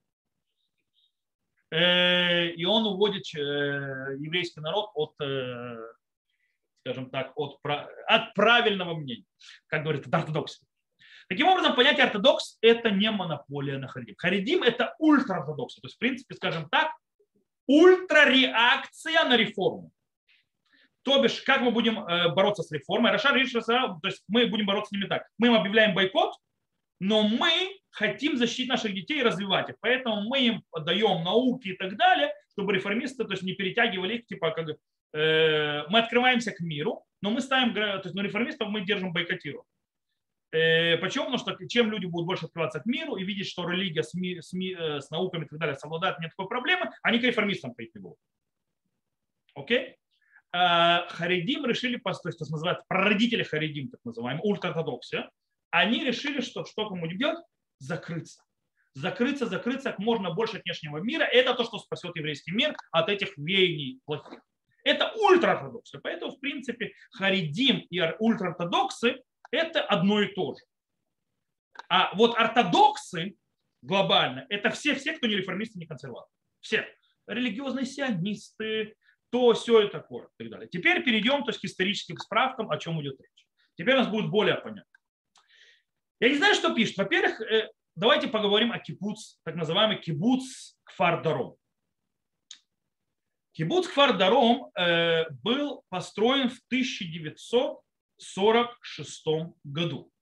Speaker 1: И он уводит еврейский народ от, скажем так, от, от правильного мнения, как говорит, от ортодоксии. Таким образом, понятие ортодокс – это не монополия на харидим. Харидим – это ультраортодокс. То есть, в принципе, скажем так, ультрареакция на реформу. То бишь, как мы будем бороться с реформой? Рашар Гирш, то есть мы будем бороться с ними так. Мы им объявляем бойкот, но мы хотим защитить наших детей и развивать их. Поэтому мы им даем науки и так далее, чтобы реформисты, то есть, не перетягивали их, типа, как э, мы открываемся к миру, но мы ставим, то есть, ну, реформистов мы держим бойкотируем. Э, почему? Потому что чем люди будут больше открываться к миру и видеть, что религия с, ми, с, ми, с науками и так далее совладает, нет такой проблемы, они к реформистам пойти не будут. Окей? Э, харидим решили, то есть, то называют прародители харидим, так называемые, ультраортодоксия, они решили, что что мы будем делать? Закрыться. Закрыться, закрыться как можно больше от внешнего мира. Это то, что спасет еврейский мир от этих веяний плохих. Это ультраортодоксы. Поэтому, в принципе, харидим и ультраортодоксы – это одно и то же. А вот ортодоксы глобально – это все, все, кто не реформисты, не консерваторы. Все. Религиозные сионисты, то, все и такое. И так далее. Теперь перейдем, то есть, к историческим справкам, о чем идет речь. Теперь у нас будет более понятно. Я не знаю, что пишет. Во-первых, давайте поговорим о кибуц, так называемый кибуц Кфар-Даром. Кибуц Кфар-Даром был построен в тысяча девятьсот сорок шестом году.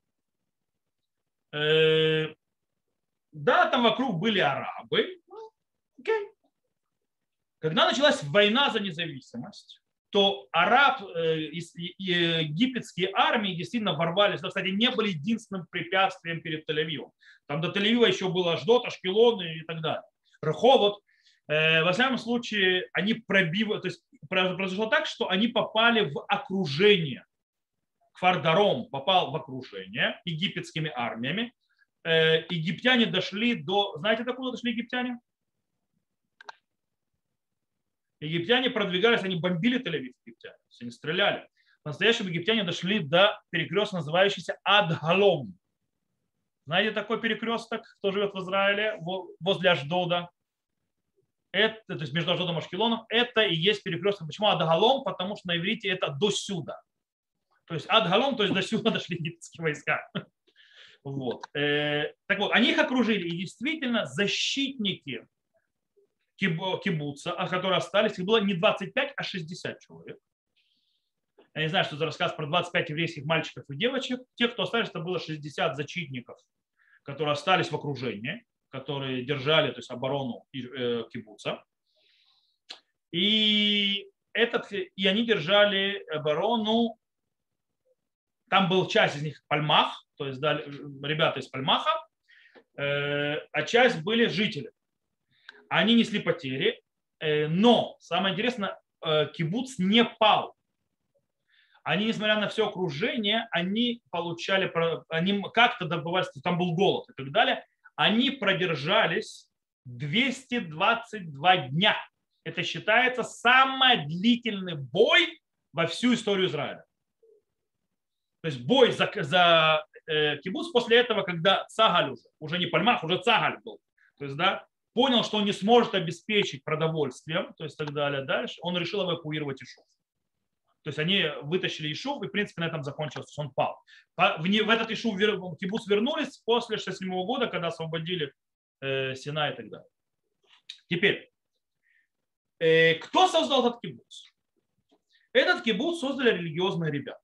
Speaker 1: Да, там вокруг были арабы. Okay. Когда началась война за независимость, то араб, египетские армии действительно ворвались. Кстати, не были единственным препятствием перед Тель-Авивом. Там до Тель-Авива еще было Ашдод, Ашкелон и так далее. Реховод. Во всяком случае, они пробивают, то есть произошло так, что они попали в окружение. Кфар-Даром попал в окружение египетскими армиями. Египтяне дошли до... Знаете, докуда дошли египтяне? Египтяне продвигались, они бомбили Тель-Авив, египтяне, они стреляли. По-настоящему египтяне дошли до перекрестка, называющийся Ад-Галом. Знаете такой перекресток, кто живет в Израиле, возле Ашдода? Это, то есть между Ашдодом и Ашкелоном, это и есть перекресток. Почему Ад-Галом? Потому что на иврите это до сюда. То есть Ад-Галом, то есть до сюда дошли египетские войска. Вот. Так вот, они их окружили, и действительно защитники кибуца, которые остались, их было не двадцать пять, а шестьдесят человек. Я не знаю, что это рассказ про двадцать пять еврейских мальчиков и девочек. Те, кто остались, это было шестьдесят зачитников, которые остались в окружении, которые держали, то есть, оборону кибуца. И, этот, и они держали оборону. Там был часть из них Пальмах, то есть да, ребята из Пальмаха, а часть были жители. Они несли потери, но самое интересное, кибуц не пал. Они, несмотря на все окружение, они получали, они как-то добывались, там был голод и так далее, они продержались двести двадцать два дня. Это считается самый длительный бой во всю историю Израиля. То есть бой за, за э, кибуц после этого, когда Цагаль уже, уже не Пальмах, уже Цагаль был, то есть, да, понял, что он не сможет обеспечить продовольствием, то есть так далее, дальше, он решил эвакуировать Ишув. То есть они вытащили Ишув, и в принципе на этом закончилось, он пал. В, в этот Ишув кибуц вернулись после шестьдесят седьмого года, когда освободили э, Синай и так далее. Теперь, э, кто создал этот кибуц? Этот кибуц создали религиозные ребята.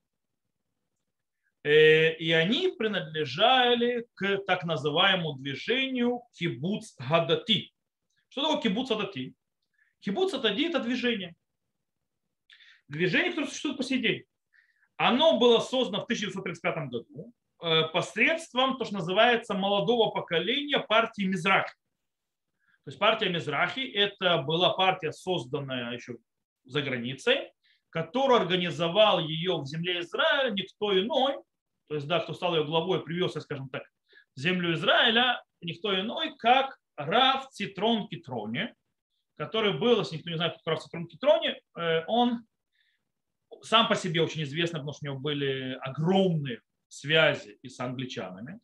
Speaker 1: И они принадлежали к так называемому движению кибуц гадати. Что такое кибуц гадати? Кибуц гадати – это движение. Движение, которое существует по сей день. Оно было создано в тысяча девятьсот тридцать пятом году посредством то, что называется молодого поколения партии Мизрахи. То есть партия Мизрахи – это была партия, созданная еще за границей, которую организовал ее в земле Израиля никто иной, то есть, да, кто стал ее главой, привез, скажем так, в землю Израиля, никто иной, как Рав Цитрон Китрони, который был, если никто не знает, кто Рав Цитрон Китрони, он сам по себе очень известный, потому что у него были огромные связи и с англичанами.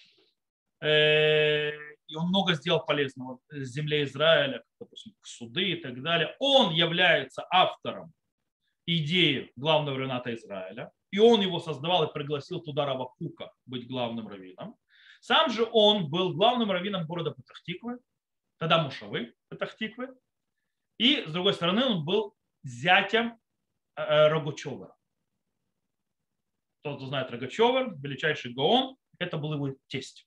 Speaker 1: И он много сделал полезного в земле Израиля, допустим, суды и так далее. Он является автором идеи главного раввината Израиля, и он его создавал и пригласил туда Рава Кука быть главным раввином. Сам же он был главным раввином города Петах-Тиквы, тогда Мушавы Петах-Тиквы, и, с другой стороны, он был зятем Рогачевера. Тот, кто знает Рогачевер, величайший гаон, это был его тесть.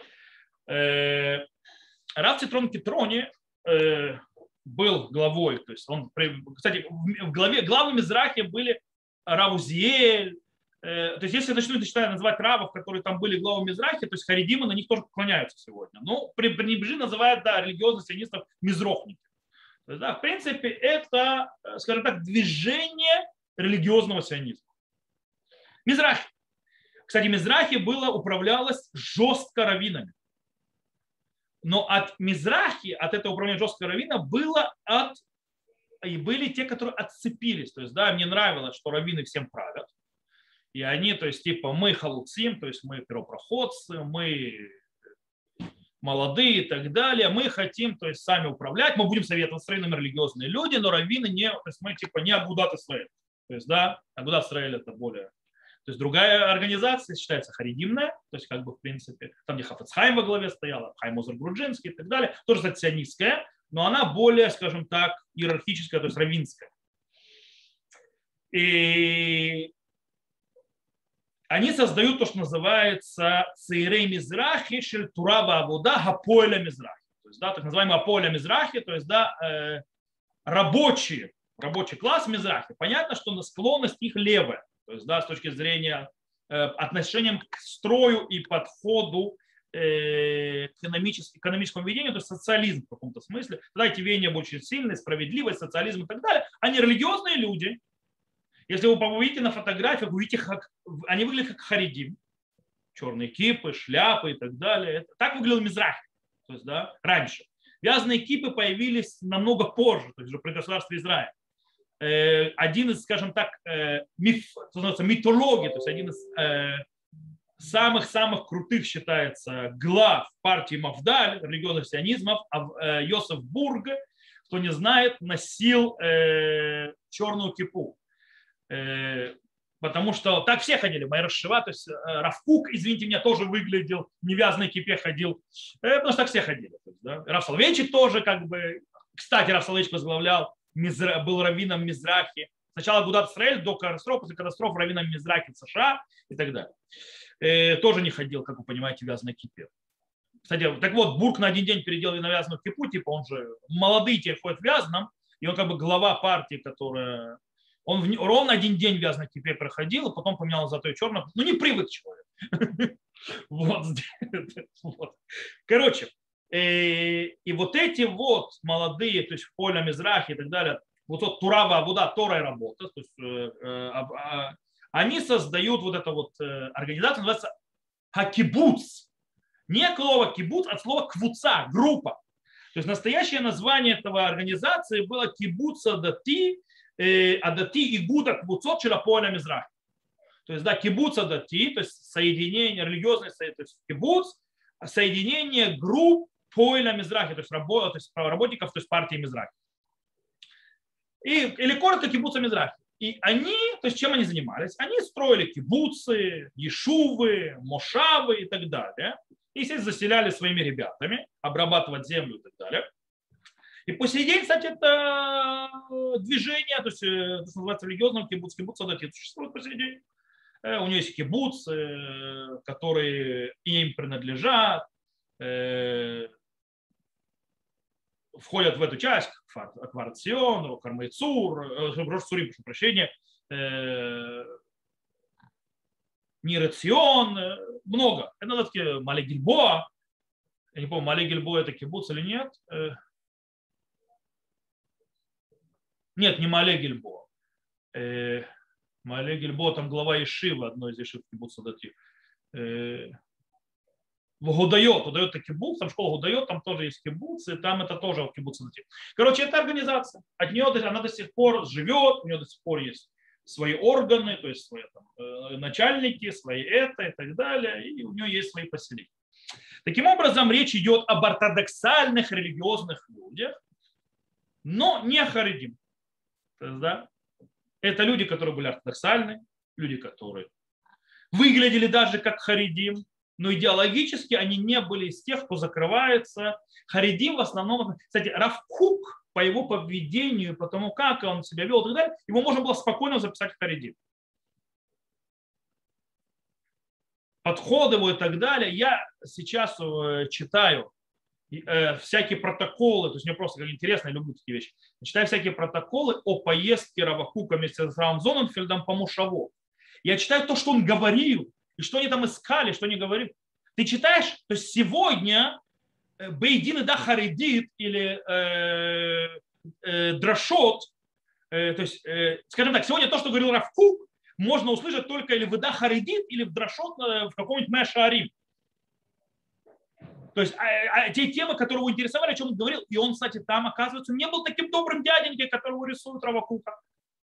Speaker 1: Рав Цитрон Китрони был главой, то есть он, кстати, в главе, главами Мизрахи были Рав Узиэль, то есть если начнут называть равов, которые там были главами Мизрахи, то есть харидимы на них тоже поклоняются сегодня. Но пренебрежи называют, да, религиозных сионистов мизрохники. То есть, да, в принципе, это, скажем так, движение религиозного сионизма. Мизрахи. Кстати, Мизрахи было, управлялось жестко раввинами. Но от Мизрахи, от этого управления жесткого раввина, было от, и были те, которые отцепились. То есть, да, мне нравилось, что раввины всем правят. И они, то есть, типа, мы халуцим, то есть мы первопроходцы, мы молодые и так далее. Мы хотим, то есть, сами управлять. Мы будем советовать с раввинами религиозные люди, но раввины не, то есть, мы типа не Агудат Исраэль. То есть, да, Агудат Исраэль это более... То есть другая организация считается харидимная, то есть как бы в принципе, там где Хафец Хаим во главе стояла, Хайм Озер Груджинский и так далее, тоже кстати, сионистская, но она более, скажем так, иерархическая, то есть раввинская. И они создают то, что называется Цейрей Мизрахи, Шельтураба Абуда, Гапоэля Мизрахи. То есть, да, так называемый Апоэля Мизрахи, то есть, да, э, рабочие, рабочий класс Мизрахи. Понятно, что склонность их левая. То есть, да, с точки зрения э, отношения к строю и подходу э, к экономическому ведению, то есть социализм в каком-то смысле. Тогда эти веяния очень сильные, справедливость, социализм и так далее. Они религиозные люди. Если вы увидите на фотографиях, вы увидите, как они выглядят как харидим. Черные кипы, шляпы и так далее. Это, так выглядел Мизрахи. То есть, да, раньше. Вязаные кипы появились намного позже, то есть уже при государстве Израиль. Один из, скажем так, миф, что называется, митологии, то есть один из самых-самых крутых считается глав партии Мафдаль, религиозных сионизмов, Йосеф Бург, кто не знает, носил черную кипу. Потому что так все ходили, Майер Шива, то есть Рав Кук, извините меня, тоже выглядел, в невязанной кипе ходил, потому что так все ходили. То есть, да. Рав Соловейчик тоже, как бы, кстати, Рав Соловейчик возглавлял, был раввином Мизрахи. Сначала Гудат Исраэль до катастрофы, после катастрофы раввином Мизрахи в США и так далее. Э, тоже не ходил, как вы понимаете, в вязаной кипе. Кстати, так вот, Бурк на один день переделал на вязаную кипу, типа он же молодые теперь ходит в вязаном, и он как бы глава партии, которая... Он в... ровно один день в вязаной кипе проходил, и потом поменял зато и черное. Ну, не привык человек. Вот. Короче, и вот эти вот молодые, то есть в поле Мизрахи и так далее, вот тот Турава Абуда, Торой работа, то есть они создают вот эту вот организацию, называется Хакибуц. Не слово кибуц, а слово квуца, группа. То есть настоящее название этого организации было кибуц Адати, Адати Игуда Квуцот Челаполя Мизрахи. То есть, да, кибуц Адати, то есть соединение, религиозное, то есть кибуц, соединение групп Поля Мизрахи, то есть, рабо, то есть работников, то есть партии Мизрахи. И, или коротко кибуца Мизрахи. И они, то есть чем они занимались? Они строили кибуцы, ешувы, мошавы и так далее. И, естественно, заселяли своими ребятами, обрабатывать землю и так далее. И по сей день, кстати, это движение, то есть это называется религиозным кибуц, кибуц Адати, существует по сей день. У него есть кибуц, которые им принадлежат, входят в эту часть, Кварцион, Кармайцур, Рошсурим, прошу прощения, Нирацион, много. Это на таки Мале Гильбоа. Я не помню, Мале Гильбоа это кибуц или нет. Нет, не Мале Гильбоа. Мале Гильбоа, там глава Ишива, одной из Ишив кибуца Дати. Гудайот, Гудайот это кибуц, там школа Гудайот, там тоже есть кибуц, и там это тоже кибуц Дати. Короче, это организация. От нее она до сих пор живет, у нее до сих пор есть свои органы, то есть свои там, начальники, свои это и так далее, и у нее есть свои поселения. Таким образом, речь идет об ортодоксальных религиозных людях, но не о харидим. То есть, да, это люди, которые были ортодоксальны, люди, которые выглядели даже как харидим, но идеологически они не были из тех, кто закрывается. Харидим в основном, кстати, Рав Кук, по его поведению, по тому, как он себя вел и так далее, его можно было спокойно записать в харидим. Подход его и так далее. Я сейчас читаю всякие протоколы, то есть мне просто как интересно, я люблю такие вещи. Читаю всякие протоколы о поездке Рава Кука вместе с Равом Зоненфельдом по Мушаво. Я читаю то, что он говорил, и что они там искали, что они говорили. Ты читаешь, то есть сегодня Бейдин и да Харидит или э, э, Драшот, э, то есть, э, скажем так, сегодня то, что говорил Рав Кук, можно услышать только или в да Харидит, или в Драшот в каком-нибудь Мешаарим. То есть а, а, те темы, которые его интересовали, о чем он говорил, и он, кстати, там, оказывается, не был таким добрым дяденькой, которого рисует Рава Кука.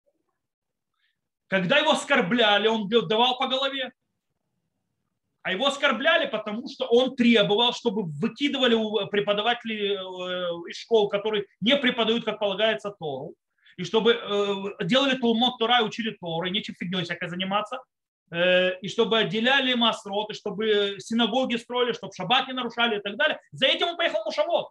Speaker 1: Когда его оскорбляли, он давал по голове. А его оскорбляли, потому что он требовал, чтобы выкидывали преподавателей из школ, которые не преподают, как полагается, Тору, и чтобы делали Талмуд Тора и учили Тору, и нечем фигней всякой заниматься, и чтобы отделяли масрот, и чтобы синагоги строили, чтобы шаббат не нарушали и так далее. За этим он поехал в Мушавот.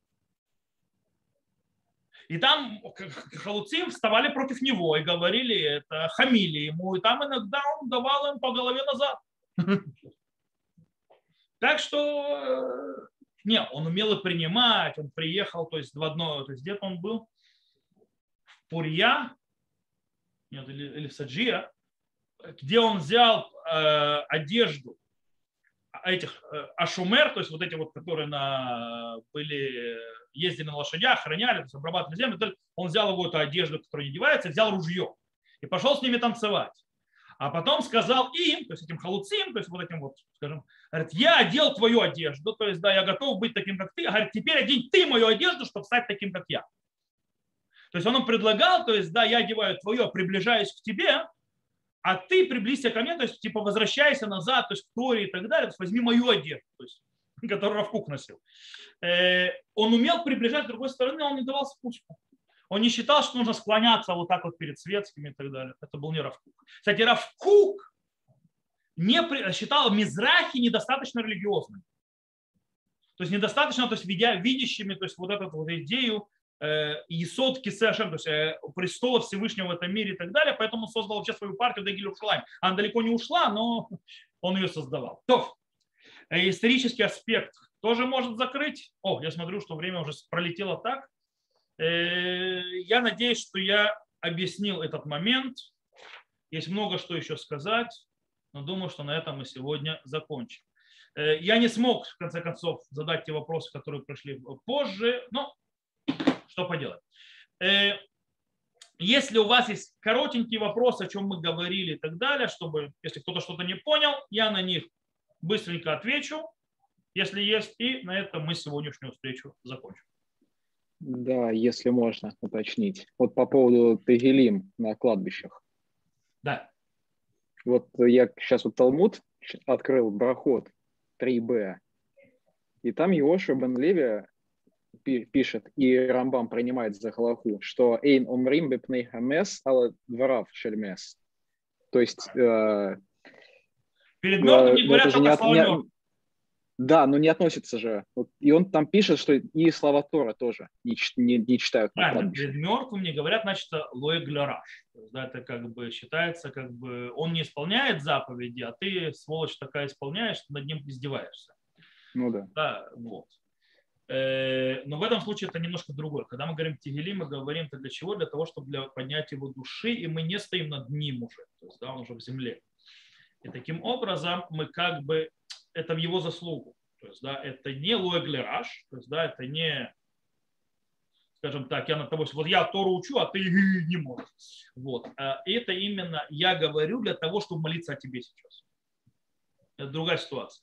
Speaker 1: И там халуцим вставали против него и говорили это, хамили ему, и там иногда он давал им по голове назад. Так что, не, он умел их принимать, он приехал, то есть в одно, то есть где-то он был в Пурья, нет, или, или в Саджия, где он взял э, одежду этих э, ашумер, то есть вот эти вот, которые на, были, ездили на лошадях, охраняли, то есть обрабатывали землю, он взял его эту одежду, которая не одевается, взял ружье и пошел с ними танцевать. А потом сказал им, то есть этим халуцим, то есть вот этим вот, скажем, говорит, я одел твою одежду, то есть да, я готов быть таким, как ты, а говорит, теперь одень ты мою одежду, чтобы стать таким, как я. То есть он им предлагал, то есть да, я одеваю твое, приближаюсь к тебе, а ты приблизься ко мне, то есть типа возвращайся назад, то есть к Торе и так далее, то есть возьми мою одежду, то есть, которую Рав Кук носил. Он умел приближать с другой стороны, он не давал спуску. Он не считал, что нужно склоняться вот так вот перед светскими и так далее. Это был не Рав Кук. Кстати, Рав Кук не при... считал Мизрахи недостаточно религиозными. То есть недостаточно, то есть видя, видящими, то есть вот эту вот идею э, Есод Кисешем, то есть э, престола Всевышнего в этом мире и так далее, поэтому он создал вообще свою партию Дегилю Шалайм. Она далеко не ушла, но он ее создавал. То, э, исторический аспект тоже может закрыть. О, я смотрю, что время уже пролетело так. Э, я надеюсь, что я объяснил этот момент. Есть много что еще сказать, но думаю, что на этом мы сегодня закончим. Я не смог, в конце концов, задать те вопросы, которые пришли позже, но что поделать. Если у вас есть коротенькие вопросы, о чем мы говорили и так далее, чтобы, если кто-то что-то не понял, я на них быстренько отвечу, если есть, и на этом мы сегодняшнюю встречу закончим.
Speaker 2: Да, если можно уточнить. Вот по поводу Тегилим на кладбищах.
Speaker 1: Да.
Speaker 2: Вот я сейчас вот Талмуд открыл, Брахот три бэ, и там Йошуа бен Леви пишет, и Рамбам принимает за халаху, что «Эйн омрим бепней хамес, ала дворав шельмес». То есть... Э,
Speaker 1: Перед мертвым не говорят только слова мертвых.
Speaker 2: Да, но не относится же. Вот, и он там пишет, что и слова Тора тоже не, не, не читают.
Speaker 1: Правильно, перед мертвым не говорят, значит, лоэ гляраш. Да, это как бы считается, как бы он не исполняет заповеди, а ты, сволочь такая, исполняешь, над ним издеваешься.
Speaker 2: Ну да.
Speaker 1: Да, вот. Но в этом случае это немножко другое. Когда мы говорим Тегилим, мы говорим это для чего? Для того, чтобы для поднять его души, и мы не стоим над ним уже. То есть, да, он уже в земле. И таким образом мы как бы, это в его заслугу. То есть, да, это не лоэглераж, то есть, да, это не, скажем так, я над тобой, вот я Тору учу, а ты не можешь. Вот. И это именно я говорю для того, чтобы молиться о тебе сейчас. Это другая ситуация.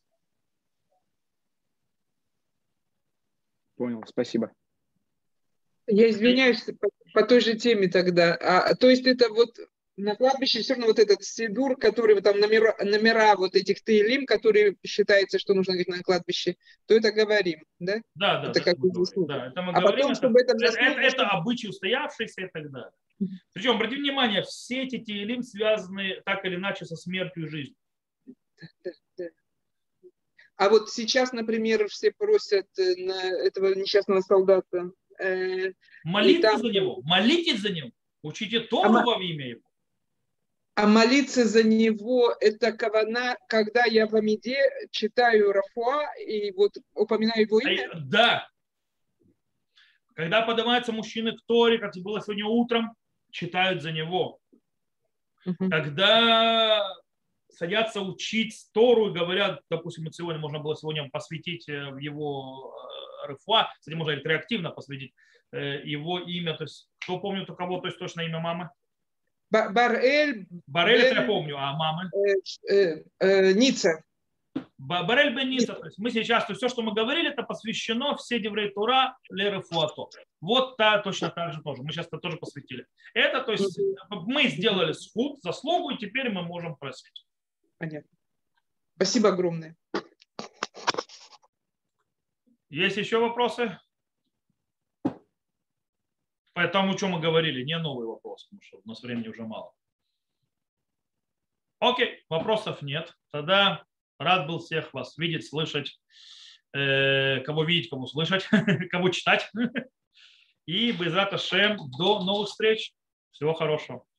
Speaker 2: Понял, спасибо.
Speaker 3: Я извиняюсь по, по той же теме тогда. А, то есть это вот на кладбище все равно вот этот сидур, который там номера, номера вот этих тейлим, которые считается, что нужно говорить на кладбище, то это говорим, да?
Speaker 1: Да, да.
Speaker 3: Это
Speaker 1: да,
Speaker 3: как
Speaker 1: мы
Speaker 3: заслуга.
Speaker 1: да, это мы
Speaker 3: а
Speaker 1: говорим,
Speaker 3: потом,
Speaker 1: это,
Speaker 3: чтобы это,
Speaker 1: это, это, это
Speaker 3: чтобы...
Speaker 1: обычай устоявшийся и так далее. Причем, обратите внимание, все эти тейлим связаны так или иначе со смертью и жизнью.
Speaker 3: Да, да, да. А вот сейчас, например, все просят на этого несчастного солдата. Э,
Speaker 1: Молитесь
Speaker 3: там...
Speaker 1: за него, молитесь за него, учите Тору а во имя его.
Speaker 3: А молиться за него – это кавана, когда я в Амиде читаю Рафуа и вот упоминаю его имя?
Speaker 1: Да. Когда поднимаются мужчины к Торе, как было сегодня утром, читают за него. Uh-huh. Когда садятся учить Тору и говорят, допустим, вот сегодня можно было сегодня посвятить в его Рафуа, кстати, можно ретроактивно посвятить его имя, то есть кто помнит у кого, то есть точно имя мамы?
Speaker 3: Барэль.
Speaker 1: Барэль, это я помню, а мамы?
Speaker 3: Э, э, э, Ница.
Speaker 1: Барэль бен Ница. То есть мы сейчас, то есть все, что мы говорили, это посвящено все деврей Тора ле Рефуато. Вот та, точно так же тоже. Мы сейчас это тоже посвятили. Это, то есть мы сделали схуд, заслугу, и теперь мы можем просить.
Speaker 3: Понятно. Спасибо огромное.
Speaker 1: Есть еще вопросы? По тому, о чем мы говорили, не новый вопрос, потому что у нас времени уже мало. Окей, вопросов нет. Тогда рад был всех вас видеть, слышать, э, кого видеть, кого слышать, кого читать. И Безрат Ашем, до новых встреч. Всего хорошего.